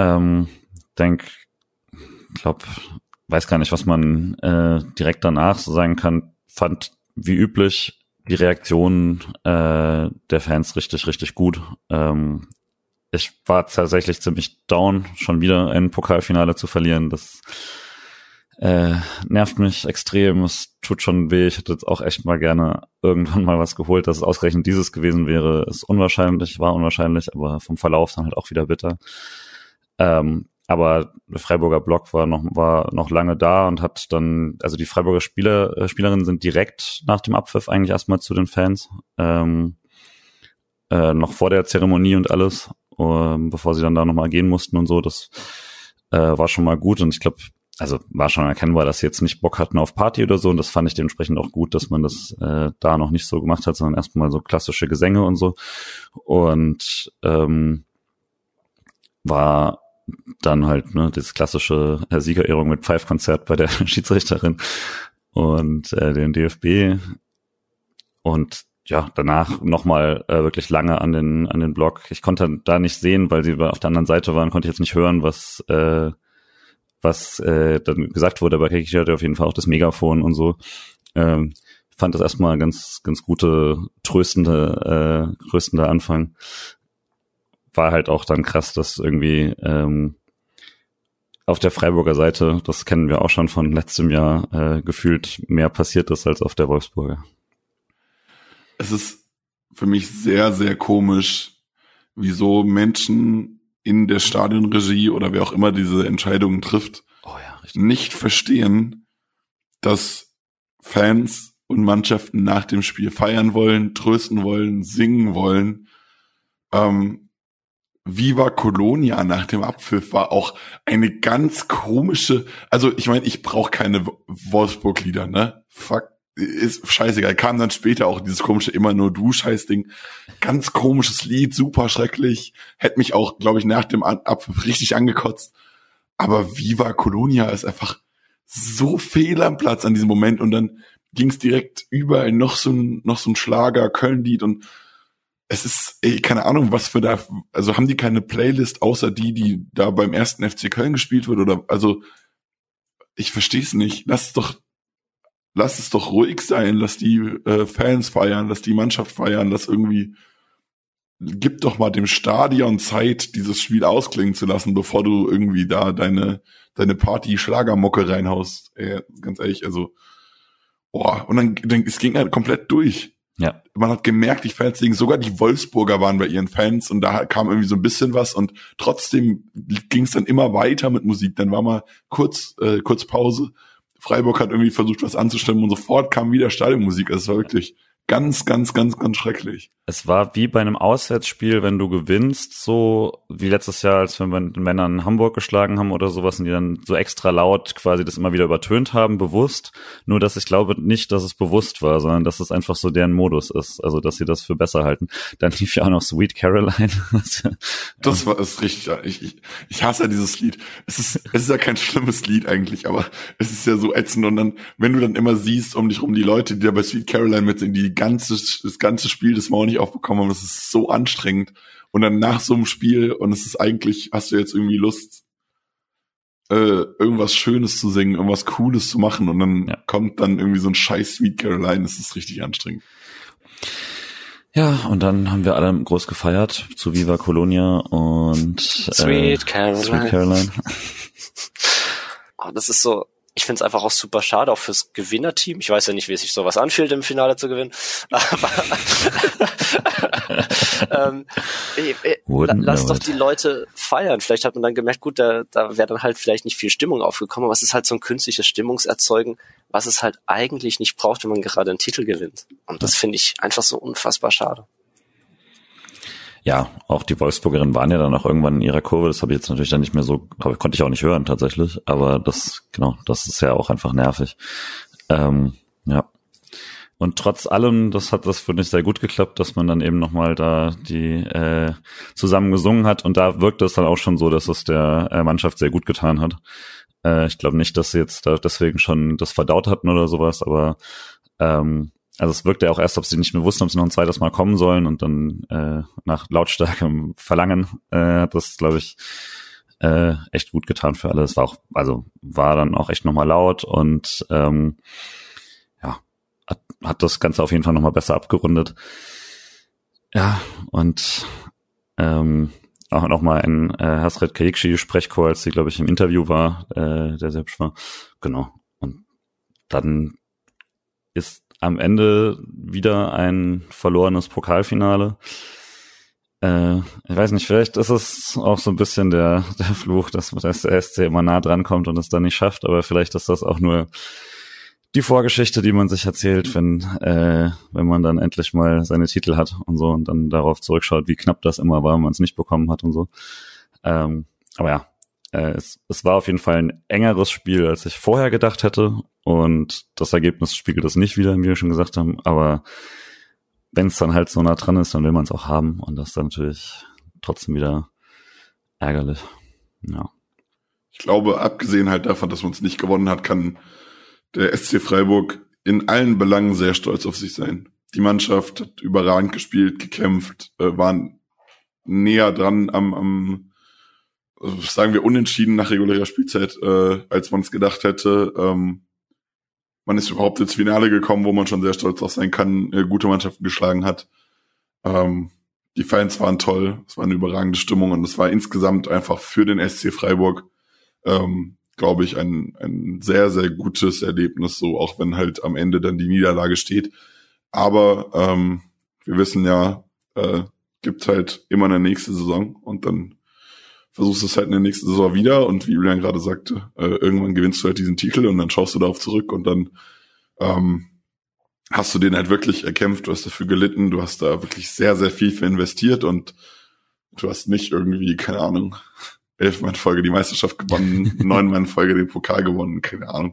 weiß gar nicht, was man direkt danach so sagen kann, fand wie üblich die Reaktion der Fans richtig gut. Ich war tatsächlich ziemlich down, schon wieder ein Pokalfinale zu verlieren. Das nervt mich extrem, es tut schon weh. Ich hätte jetzt auch echt mal gerne irgendwann mal was geholt, dass es ausgerechnet dieses gewesen wäre. War unwahrscheinlich, aber vom Verlauf dann halt auch wieder bitter. Aber der Freiburger Block war noch lange da und hat dann, also die Freiburger Spielerinnen sind direkt nach dem Abpfiff eigentlich erstmal zu den Fans, noch vor der Zeremonie und alles, bevor sie dann da nochmal gehen mussten und so. Das war schon mal gut und ich glaube, also war schon erkennbar, dass sie jetzt nicht Bock hatten auf Party oder so und das fand ich dementsprechend auch gut, dass man das da noch nicht so gemacht hat, sondern erstmal so klassische Gesänge und so und war dann halt das klassische Siegerehrung mit Pfeifkonzert bei der Schiedsrichterin und dem DFB und ja, danach nochmal wirklich lange an den Block. Ich konnte da nicht sehen, weil sie auf der anderen Seite waren, konnte ich jetzt nicht hören, was dann gesagt wurde, aber Keki hatte auf jeden Fall auch das Megafon und so. Fand das erstmal ganz gute, tröstender Anfang. War halt auch dann krass, dass irgendwie auf der Freiburger Seite, das kennen wir auch schon von letztem Jahr, gefühlt mehr passiert ist als auf der Wolfsburger. Es ist für mich sehr, sehr komisch, wieso Menschen in der Stadionregie oder wer auch immer diese Entscheidungen trifft, nicht verstehen, dass Fans und Mannschaften nach dem Spiel feiern wollen, trösten wollen, singen wollen. Viva Colonia nach dem Abpfiff war auch eine ganz komische, also ich meine, ich brauche keine Wolfsburg-Lieder, ne? Fuck, ist scheißegal. Kam dann später auch dieses komische Immer nur du Scheißding. Ganz komisches Lied, super schrecklich. Hätte mich auch, glaube ich, nach dem Abpfiff richtig angekotzt. Aber Viva Colonia ist einfach so fehl am Platz an diesem Moment und dann ging es direkt überall noch so ein Schlager, Köln-Lied und es ist, keine Ahnung, was für da, also haben die keine Playlist außer die da beim ersten FC Köln gespielt wird oder, also ich verstehe es nicht. Lass es doch ruhig sein, lass die Fans feiern, lass die Mannschaft feiern, gib doch mal dem Stadion Zeit, dieses Spiel ausklingen zu lassen, bevor du irgendwie da deine Party-Schlagermucke reinhaust. Ganz ehrlich, also, und dann es ging halt komplett durch. Ja. Man hat gemerkt, die Fans singen, sogar die Wolfsburger waren bei ihren Fans und da kam irgendwie so ein bisschen was und trotzdem ging es dann immer weiter mit Musik. Dann war mal kurz Pause. Freiburg hat irgendwie versucht, was anzustimmen und sofort kam wieder Stadionmusik. Also es war wirklich ganz schrecklich. Es war wie bei einem Auswärtsspiel, wenn du gewinnst, so wie letztes Jahr, als wenn wir den Männern Hamburg geschlagen haben oder sowas und die dann so extra laut quasi das immer wieder übertönt haben, bewusst. Nur, dass ich glaube nicht, dass es bewusst war, sondern dass es einfach so deren Modus ist. Also, dass sie das für besser halten. Dann lief ja auch noch Sweet Caroline. Das war es richtig. Ich hasse dieses Lied. Es ist ja kein schlimmes Lied eigentlich, aber es ist ja so ätzend und dann, wenn du dann immer siehst um dich rum die Leute, die da bei Sweet Caroline mitsingen, die das ganze Spiel das Maul nicht aufbekommen haben, das ist so anstrengend. Und dann nach so einem Spiel, und es ist eigentlich, hast du jetzt irgendwie Lust, irgendwas Schönes zu singen, irgendwas Cooles zu machen und dann kommt dann irgendwie so ein scheiß Sweet Caroline, das ist richtig anstrengend. Ja, und dann haben wir alle groß gefeiert zu Viva Colonia und Sweet Caroline. Das ist so, ich finde es einfach auch super schade, auch fürs Gewinnerteam. Ich weiß ja nicht, wie sich sowas anfühlt, im Finale zu gewinnen. Aber lass doch die Leute feiern. Vielleicht hat man dann gemerkt, gut, da wäre dann halt vielleicht nicht viel Stimmung aufgekommen, aber es ist halt so ein künstliches Stimmungserzeugen, was es halt eigentlich nicht braucht, wenn man gerade einen Titel gewinnt. Und das finde ich einfach so unfassbar schade. Ja, auch die Wolfsburgerinnen waren ja dann auch irgendwann in ihrer Kurve. Das habe ich jetzt natürlich dann nicht mehr so, konnte ich auch nicht hören tatsächlich. Aber das ist ja auch einfach nervig. Ja. Und trotz allem, das finde ich sehr gut geklappt, dass man dann eben nochmal da die zusammen gesungen hat. Und da wirkte es dann auch schon so, dass es der Mannschaft sehr gut getan hat. Ich glaube nicht, dass sie jetzt da deswegen schon das verdaut hatten oder sowas, aber also es wirkte ja auch erst, ob sie nicht mehr wussten, ob sie noch ein zweites Mal kommen sollen und dann nach lautstarkem Verlangen hat das, glaube ich, echt gut getan für alle. Es war dann auch echt nochmal laut und hat das Ganze auf jeden Fall nochmal besser abgerundet. Ja, und auch nochmal ein Hasret Kayikci-Sprechchor, als sie, glaube ich, im Interview war, der sehr hübsch war. Genau. Und dann ist am Ende wieder ein verlorenes Pokalfinale. Ich weiß nicht, vielleicht ist es auch so ein bisschen der Fluch, dass der SC immer nah dran kommt und es dann nicht schafft, aber vielleicht ist das auch nur die Vorgeschichte, die man sich erzählt, wenn man dann endlich mal seine Titel hat und so und dann darauf zurückschaut, wie knapp das immer war, wenn man es nicht bekommen hat und so. Aber ja, es war auf jeden Fall ein engeres Spiel, als ich vorher gedacht hätte und das Ergebnis spiegelt es nicht wider, wie wir schon gesagt haben, aber wenn es dann halt so nah dran ist, dann will man es auch haben und das ist dann natürlich trotzdem wieder ärgerlich. Ja. Ich glaube, abgesehen halt davon, dass man es nicht gewonnen hat, kann der SC Freiburg in allen Belangen sehr stolz auf sich sein. Die Mannschaft hat überragend gespielt, gekämpft, waren näher dran am sagen wir unentschieden nach regulärer Spielzeit, als man es gedacht hätte. Man ist überhaupt ins Finale gekommen, wo man schon sehr stolz drauf sein kann, gute Mannschaften geschlagen hat. Die Fans waren toll, es war eine überragende Stimmung und es war insgesamt einfach für den SC Freiburg, glaube ich, ein sehr, sehr gutes Erlebnis, so auch wenn halt am Ende dann die Niederlage steht. Aber wir wissen ja, gibt halt immer eine nächste Saison und dann versuchst du es halt in der nächsten Saison wieder und wie Julian gerade sagte, irgendwann gewinnst du halt diesen Titel und dann schaust du darauf zurück und dann hast du den halt wirklich erkämpft, du hast dafür gelitten, du hast da wirklich sehr, sehr viel für investiert und du hast nicht irgendwie, keine Ahnung, 11-mal in Folge die Meisterschaft gewonnen, 9-mal in Folge den Pokal gewonnen, keine Ahnung.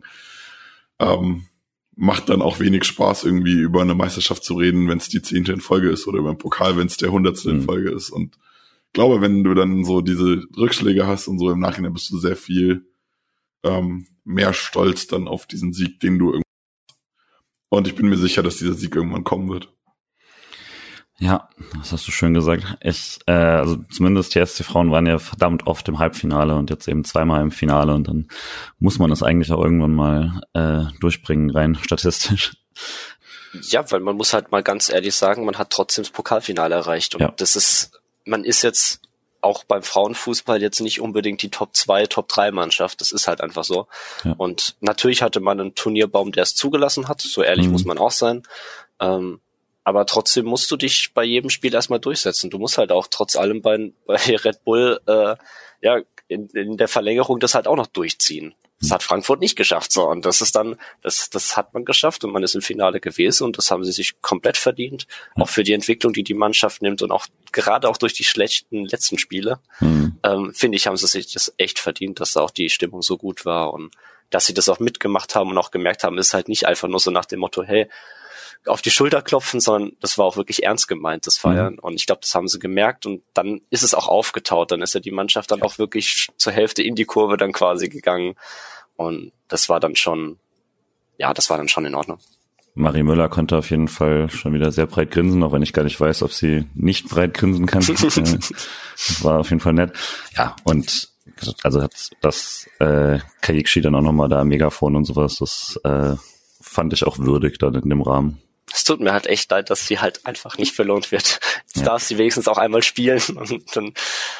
Macht dann auch wenig Spaß, irgendwie über eine Meisterschaft zu reden, wenn es die 10. in Folge ist oder über einen Pokal, wenn es der 100. in Folge ist und ich glaube, wenn du dann so diese Rückschläge hast und so im Nachhinein bist du sehr viel mehr stolz dann auf diesen Sieg, den du irgendwann hast. Und ich bin mir sicher, dass dieser Sieg irgendwann kommen wird. Ja, das hast du schön gesagt. Also zumindest die SC-Frauen waren ja verdammt oft im Halbfinale und jetzt eben zweimal im Finale und dann muss man das eigentlich auch irgendwann mal durchbringen, rein statistisch. Ja, weil man muss halt mal ganz ehrlich sagen, man hat trotzdem das Pokalfinale erreicht und man ist jetzt auch beim Frauenfußball jetzt nicht unbedingt die Top 2, Top 3 Mannschaft. Das ist halt einfach so. Ja. Und natürlich hatte man einen Turnierbaum, der es zugelassen hat. So ehrlich muss man auch sein. Aber trotzdem musst du dich bei jedem Spiel erstmal durchsetzen. Du musst halt auch trotz allem bei Red Bull, in der Verlängerung das halt auch noch durchziehen. Das hat Frankfurt nicht geschafft, so. Und das ist dann, das hat man geschafft und man ist im Finale gewesen und das haben sie sich komplett verdient. Auch für die Entwicklung, die die Mannschaft nimmt und auch, gerade auch durch die schlechten letzten Spiele, finde ich, haben sie sich das echt verdient, dass da auch die Stimmung so gut war und dass sie das auch mitgemacht haben und auch gemerkt haben, ist halt nicht einfach nur so nach dem Motto, hey, auf die Schulter klopfen, sondern das war auch wirklich ernst gemeint, das Feiern. Und ich glaube, das haben sie gemerkt und dann ist es auch aufgetaut. Dann ist ja die Mannschaft dann auch wirklich zur Hälfte in die Kurve dann quasi gegangen. Und das war dann schon in Ordnung. Marie Müller konnte auf jeden Fall schon wieder sehr breit grinsen, auch wenn ich gar nicht weiß, ob sie nicht breit grinsen kann. Das war auf jeden Fall nett. Ja, und also hat das Kayikshi dann auch nochmal da am Megafon und sowas, das fand ich auch würdig dann in dem Rahmen. Es tut mir halt echt leid, dass sie halt einfach nicht belohnt wird. Jetzt darf sie wenigstens auch einmal spielen und dann,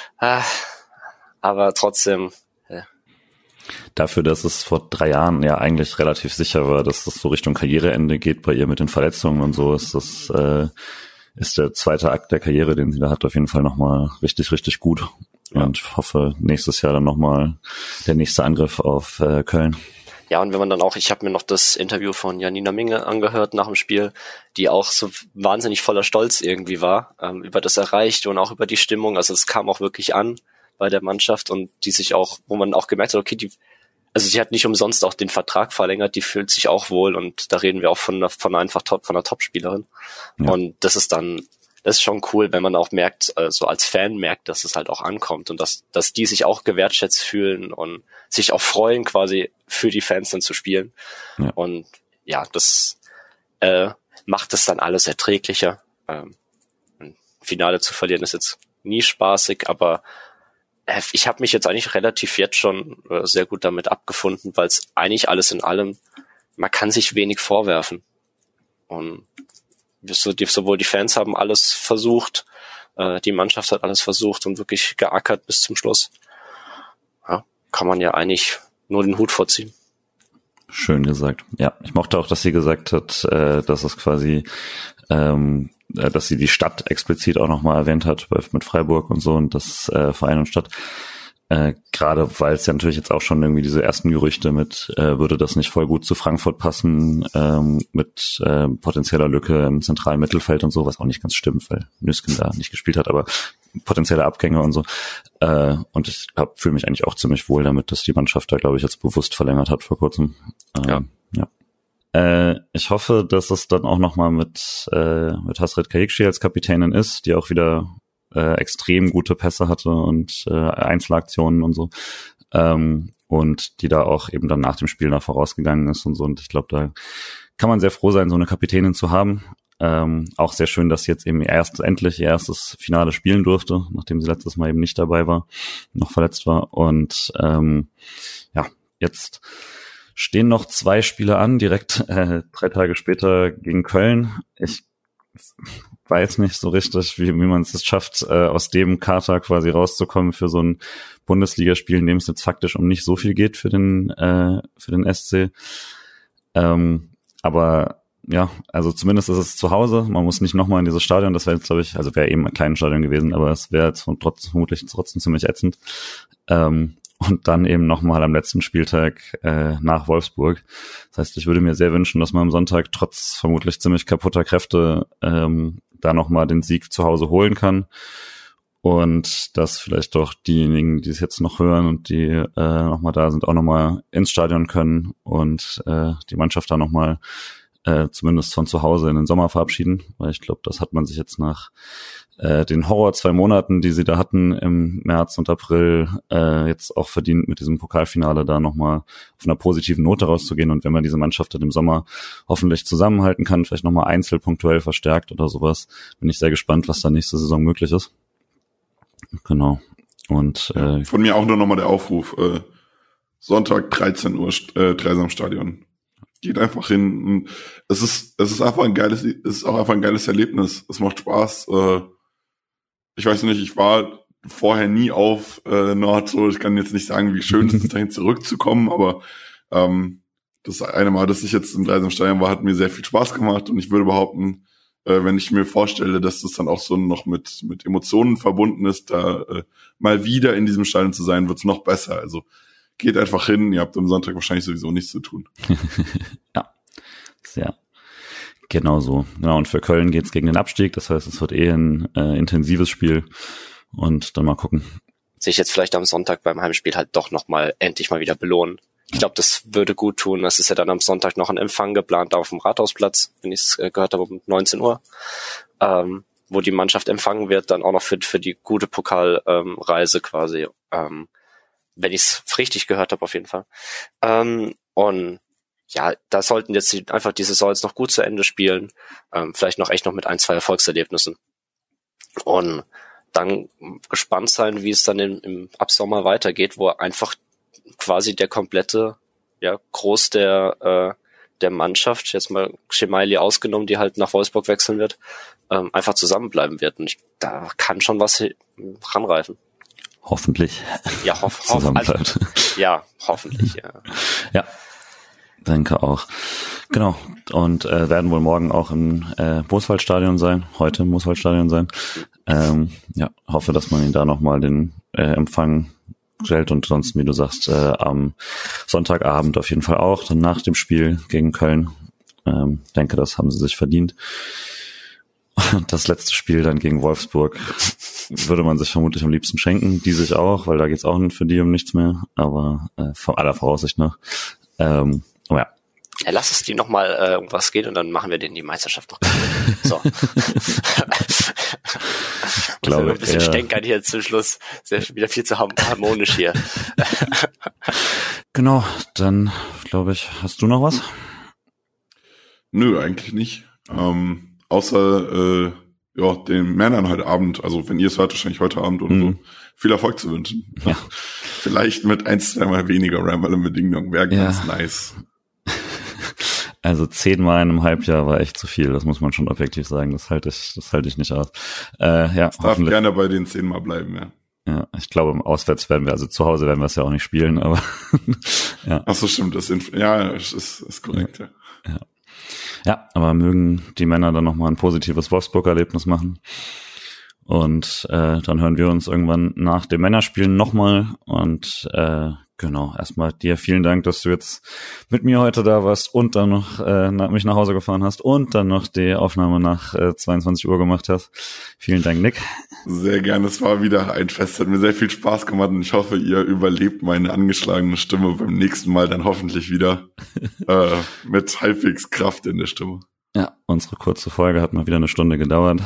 aber trotzdem. Dafür, dass es vor 3 Jahren ja eigentlich relativ sicher war, dass das so Richtung Karriereende geht bei ihr mit den Verletzungen und so, ist das ist der zweite Akt der Karriere, den sie da hat, auf jeden Fall nochmal richtig, richtig gut. Ja. Und ich hoffe, nächstes Jahr dann nochmal der nächste Angriff auf Köln. Ja, und wenn man dann auch, ich habe mir noch das Interview von Janina Minge angehört nach dem Spiel, die auch so wahnsinnig voller Stolz irgendwie war, über das Erreichte und auch über die Stimmung. Also es kam auch wirklich an bei der Mannschaft und die sich auch, wo man auch gemerkt hat, okay, sie hat nicht umsonst auch den Vertrag verlängert, die fühlt sich auch wohl und da reden wir auch von einer Topspielerin. Ja. Und das ist schon cool, wenn man auch merkt, so als Fan merkt, dass es halt auch ankommt und dass die sich auch gewertschätzt fühlen und sich auch freuen, quasi für die Fans dann zu spielen. Ja. Und ja, das macht es dann alles erträglicher. Ein Finale zu verlieren ist jetzt nie spaßig, aber ich habe mich jetzt eigentlich relativ jetzt schon sehr gut damit abgefunden, weil es eigentlich alles in allem, man kann sich wenig vorwerfen. Und sowohl die Fans haben alles versucht, die Mannschaft hat alles versucht und wirklich geackert bis zum Schluss. Ja, kann man ja eigentlich nur den Hut vorziehen. Schön gesagt. Ja, ich mochte auch, dass sie gesagt hat, dass es quasi, dass sie die Stadt explizit auch nochmal erwähnt hat mit Freiburg und so und das Verein und Stadt. Gerade weil es ja natürlich jetzt auch schon irgendwie diese ersten Gerüchte mit, würde das nicht voll gut zu Frankfurt passen, mit potenzieller Lücke im zentralen Mittelfeld und so, was auch nicht ganz stimmt, weil Nüsken da nicht gespielt hat, aber potenzielle Abgänge und so. Und ich fühle mich eigentlich auch ziemlich wohl damit, dass die Mannschaft da, glaube ich, jetzt bewusst verlängert hat vor kurzem. Ja. Ich hoffe, dass es dann auch nochmal mit Hasret Kayikshi als Kapitänin ist, die auch wieder extrem gute Pässe hatte und Einzelaktionen und so. Und die da auch eben dann nach dem Spiel noch vorausgegangen ist und so. Und ich glaube, da kann man sehr froh sein, so eine Kapitänin zu haben. Auch sehr schön, dass sie jetzt eben endlich ihr erstes Finale spielen durfte, nachdem sie letztes Mal eben nicht dabei war, noch verletzt war. Und jetzt stehen noch 2 Spiele an, direkt 3 Tage später gegen Köln. Ich weiß nicht so richtig, wie man es jetzt schafft, aus dem Kater quasi rauszukommen für so ein Bundesligaspiel, in dem es jetzt faktisch um nicht so viel geht für den SC. Aber ja, also zumindest ist es zu Hause. Man muss nicht nochmal in dieses Stadion. Das wäre jetzt, glaube ich, also wäre eben ein kleines Stadion gewesen, aber es wäre jetzt vermutlich trotzdem ziemlich ätzend. Und dann eben nochmal am letzten Spieltag nach Wolfsburg. Das heißt, ich würde mir sehr wünschen, dass man am Sonntag trotz vermutlich ziemlich kaputter Kräfte da nochmal den Sieg zu Hause holen kann. Und dass vielleicht doch diejenigen, die es jetzt noch hören und die nochmal da sind, auch nochmal ins Stadion können und die Mannschaft da nochmal zumindest von zu Hause in den Sommer verabschieden. Weil ich glaube, das hat man sich jetzt nach den Horror 2 Monaten, die sie da hatten im März und April, jetzt auch verdient, mit diesem Pokalfinale da nochmal auf einer positiven Note rauszugehen. Und wenn man diese Mannschaft dann im Sommer hoffentlich zusammenhalten kann, vielleicht nochmal einzelpunktuell verstärkt oder sowas, bin ich sehr gespannt, was da nächste Saison möglich ist. Genau. Und von mir auch nur nochmal der Aufruf, Sonntag 13 Uhr, Dreisamstadion. Geht einfach hin. Es ist einfach es ist auch einfach ein geiles Erlebnis. Es macht Spaß. Ich weiß nicht, ich war vorher nie auf Nord, so ich kann jetzt nicht sagen, wie schön es ist, dahin zurückzukommen, aber das eine Mal, dass ich jetzt im Dreisamstadion war, hat mir sehr viel Spaß gemacht und ich würde behaupten, wenn ich mir vorstelle, dass das dann auch so noch mit Emotionen verbunden ist, da mal wieder in diesem Stadion zu sein, wird's noch besser. Also geht einfach hin, ihr habt am Sonntag wahrscheinlich sowieso nichts zu tun. Ja, sehr genau so. Genau, und für Köln geht's gegen den Abstieg, das heißt, es wird ein intensives Spiel und dann mal gucken. Sich jetzt vielleicht am Sonntag beim Heimspiel halt doch endlich mal wieder belohnen. Ich glaube, das würde gut tun. Das ist ja dann am Sonntag noch ein Empfang geplant auf dem Rathausplatz, wenn ich es gehört habe, um 19 Uhr, wo die Mannschaft empfangen wird, dann auch noch für die gute Pokalreise quasi, wenn ich es richtig gehört habe auf jeden Fall. Und ja, da sollten jetzt einfach die Saison jetzt noch gut zu Ende spielen, vielleicht noch mit 1, 2 Erfolgserlebnissen. Und dann gespannt sein, wie es dann im Absommer weitergeht, wo einfach quasi der komplette Groß der Mannschaft, jetzt mal Schemaili ausgenommen, die halt nach Wolfsburg wechseln wird, einfach zusammenbleiben wird. Und da kann schon was ranreifen. Hoffentlich. Ja, zusammenbleibt. Also, ja, hoffentlich, ja. Ja, denke auch. Genau. Und werden wohl morgen auch im Mooswaldstadion sein, heute im Mooswaldstadion sein. Hoffe, dass man ihn da nochmal den Empfang stellt und sonst, wie du sagst, am Sonntagabend auf jeden Fall auch, dann nach dem Spiel gegen Köln. Denke, das haben sie sich verdient. Das letzte Spiel dann gegen Wolfsburg würde man sich vermutlich am liebsten schenken, die sich auch, weil da geht's auch für die um nichts mehr, aber von aller Voraussicht nach. Ja, lass es die nochmal um was geht und dann machen wir denen die Meisterschaft noch. So. Ich glaube, ein bisschen stänkern hier zum Schluss. Ist ja wieder viel zu harmonisch hier. Genau, dann glaube ich, hast du noch was? Nö, eigentlich nicht. Außer den Männern heute Abend, also wenn ihr es hört, wahrscheinlich heute Abend oder so, viel Erfolg zu wünschen. Ja. Vielleicht mit 1-2 Mal weniger Ramble im Bedingung wäre ganz nice. Also 10 Mal in einem Halbjahr war echt zu viel, das muss man schon objektiv sagen, das halte ich nicht aus. Das darf gerne bei den 10 Mal bleiben, ja. Ja, ich glaube, auswärts also zu Hause werden wir es ja auch nicht spielen, aber ja. Ach so, stimmt, das ist korrekt, ja. Ja, aber mögen die Männer dann nochmal ein positives Wolfsburg-Erlebnis machen. Und dann hören wir uns irgendwann nach dem Männerspielen nochmal. Und genau, erstmal dir vielen Dank, dass du jetzt mit mir heute da warst und dann noch mich nach Hause gefahren hast und dann noch die Aufnahme nach 22 Uhr gemacht hast. Vielen Dank, Nick. Sehr gerne, es war wieder ein Fest, hat mir sehr viel Spaß gemacht und ich hoffe, ihr überlebt meine angeschlagene Stimme beim nächsten Mal dann hoffentlich wieder mit halbwegs Kraft in der Stimme. Ja, unsere kurze Folge hat mal wieder 1 Stunde gedauert.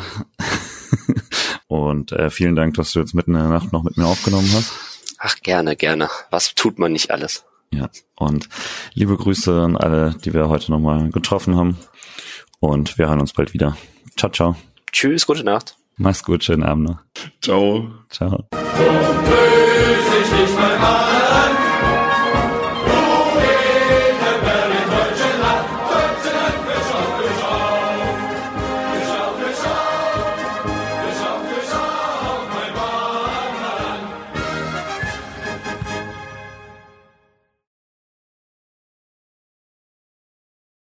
Und vielen Dank, dass du jetzt mitten in der Nacht noch mit mir aufgenommen hast. Ach, gerne. Was tut man nicht alles? Ja, und liebe Grüße an alle, die wir heute nochmal getroffen haben. und wir hören uns bald wieder. Ciao, ciao. Tschüss, gute Nacht. Mach's gut, schönen Abend noch. Ciao. Ciao.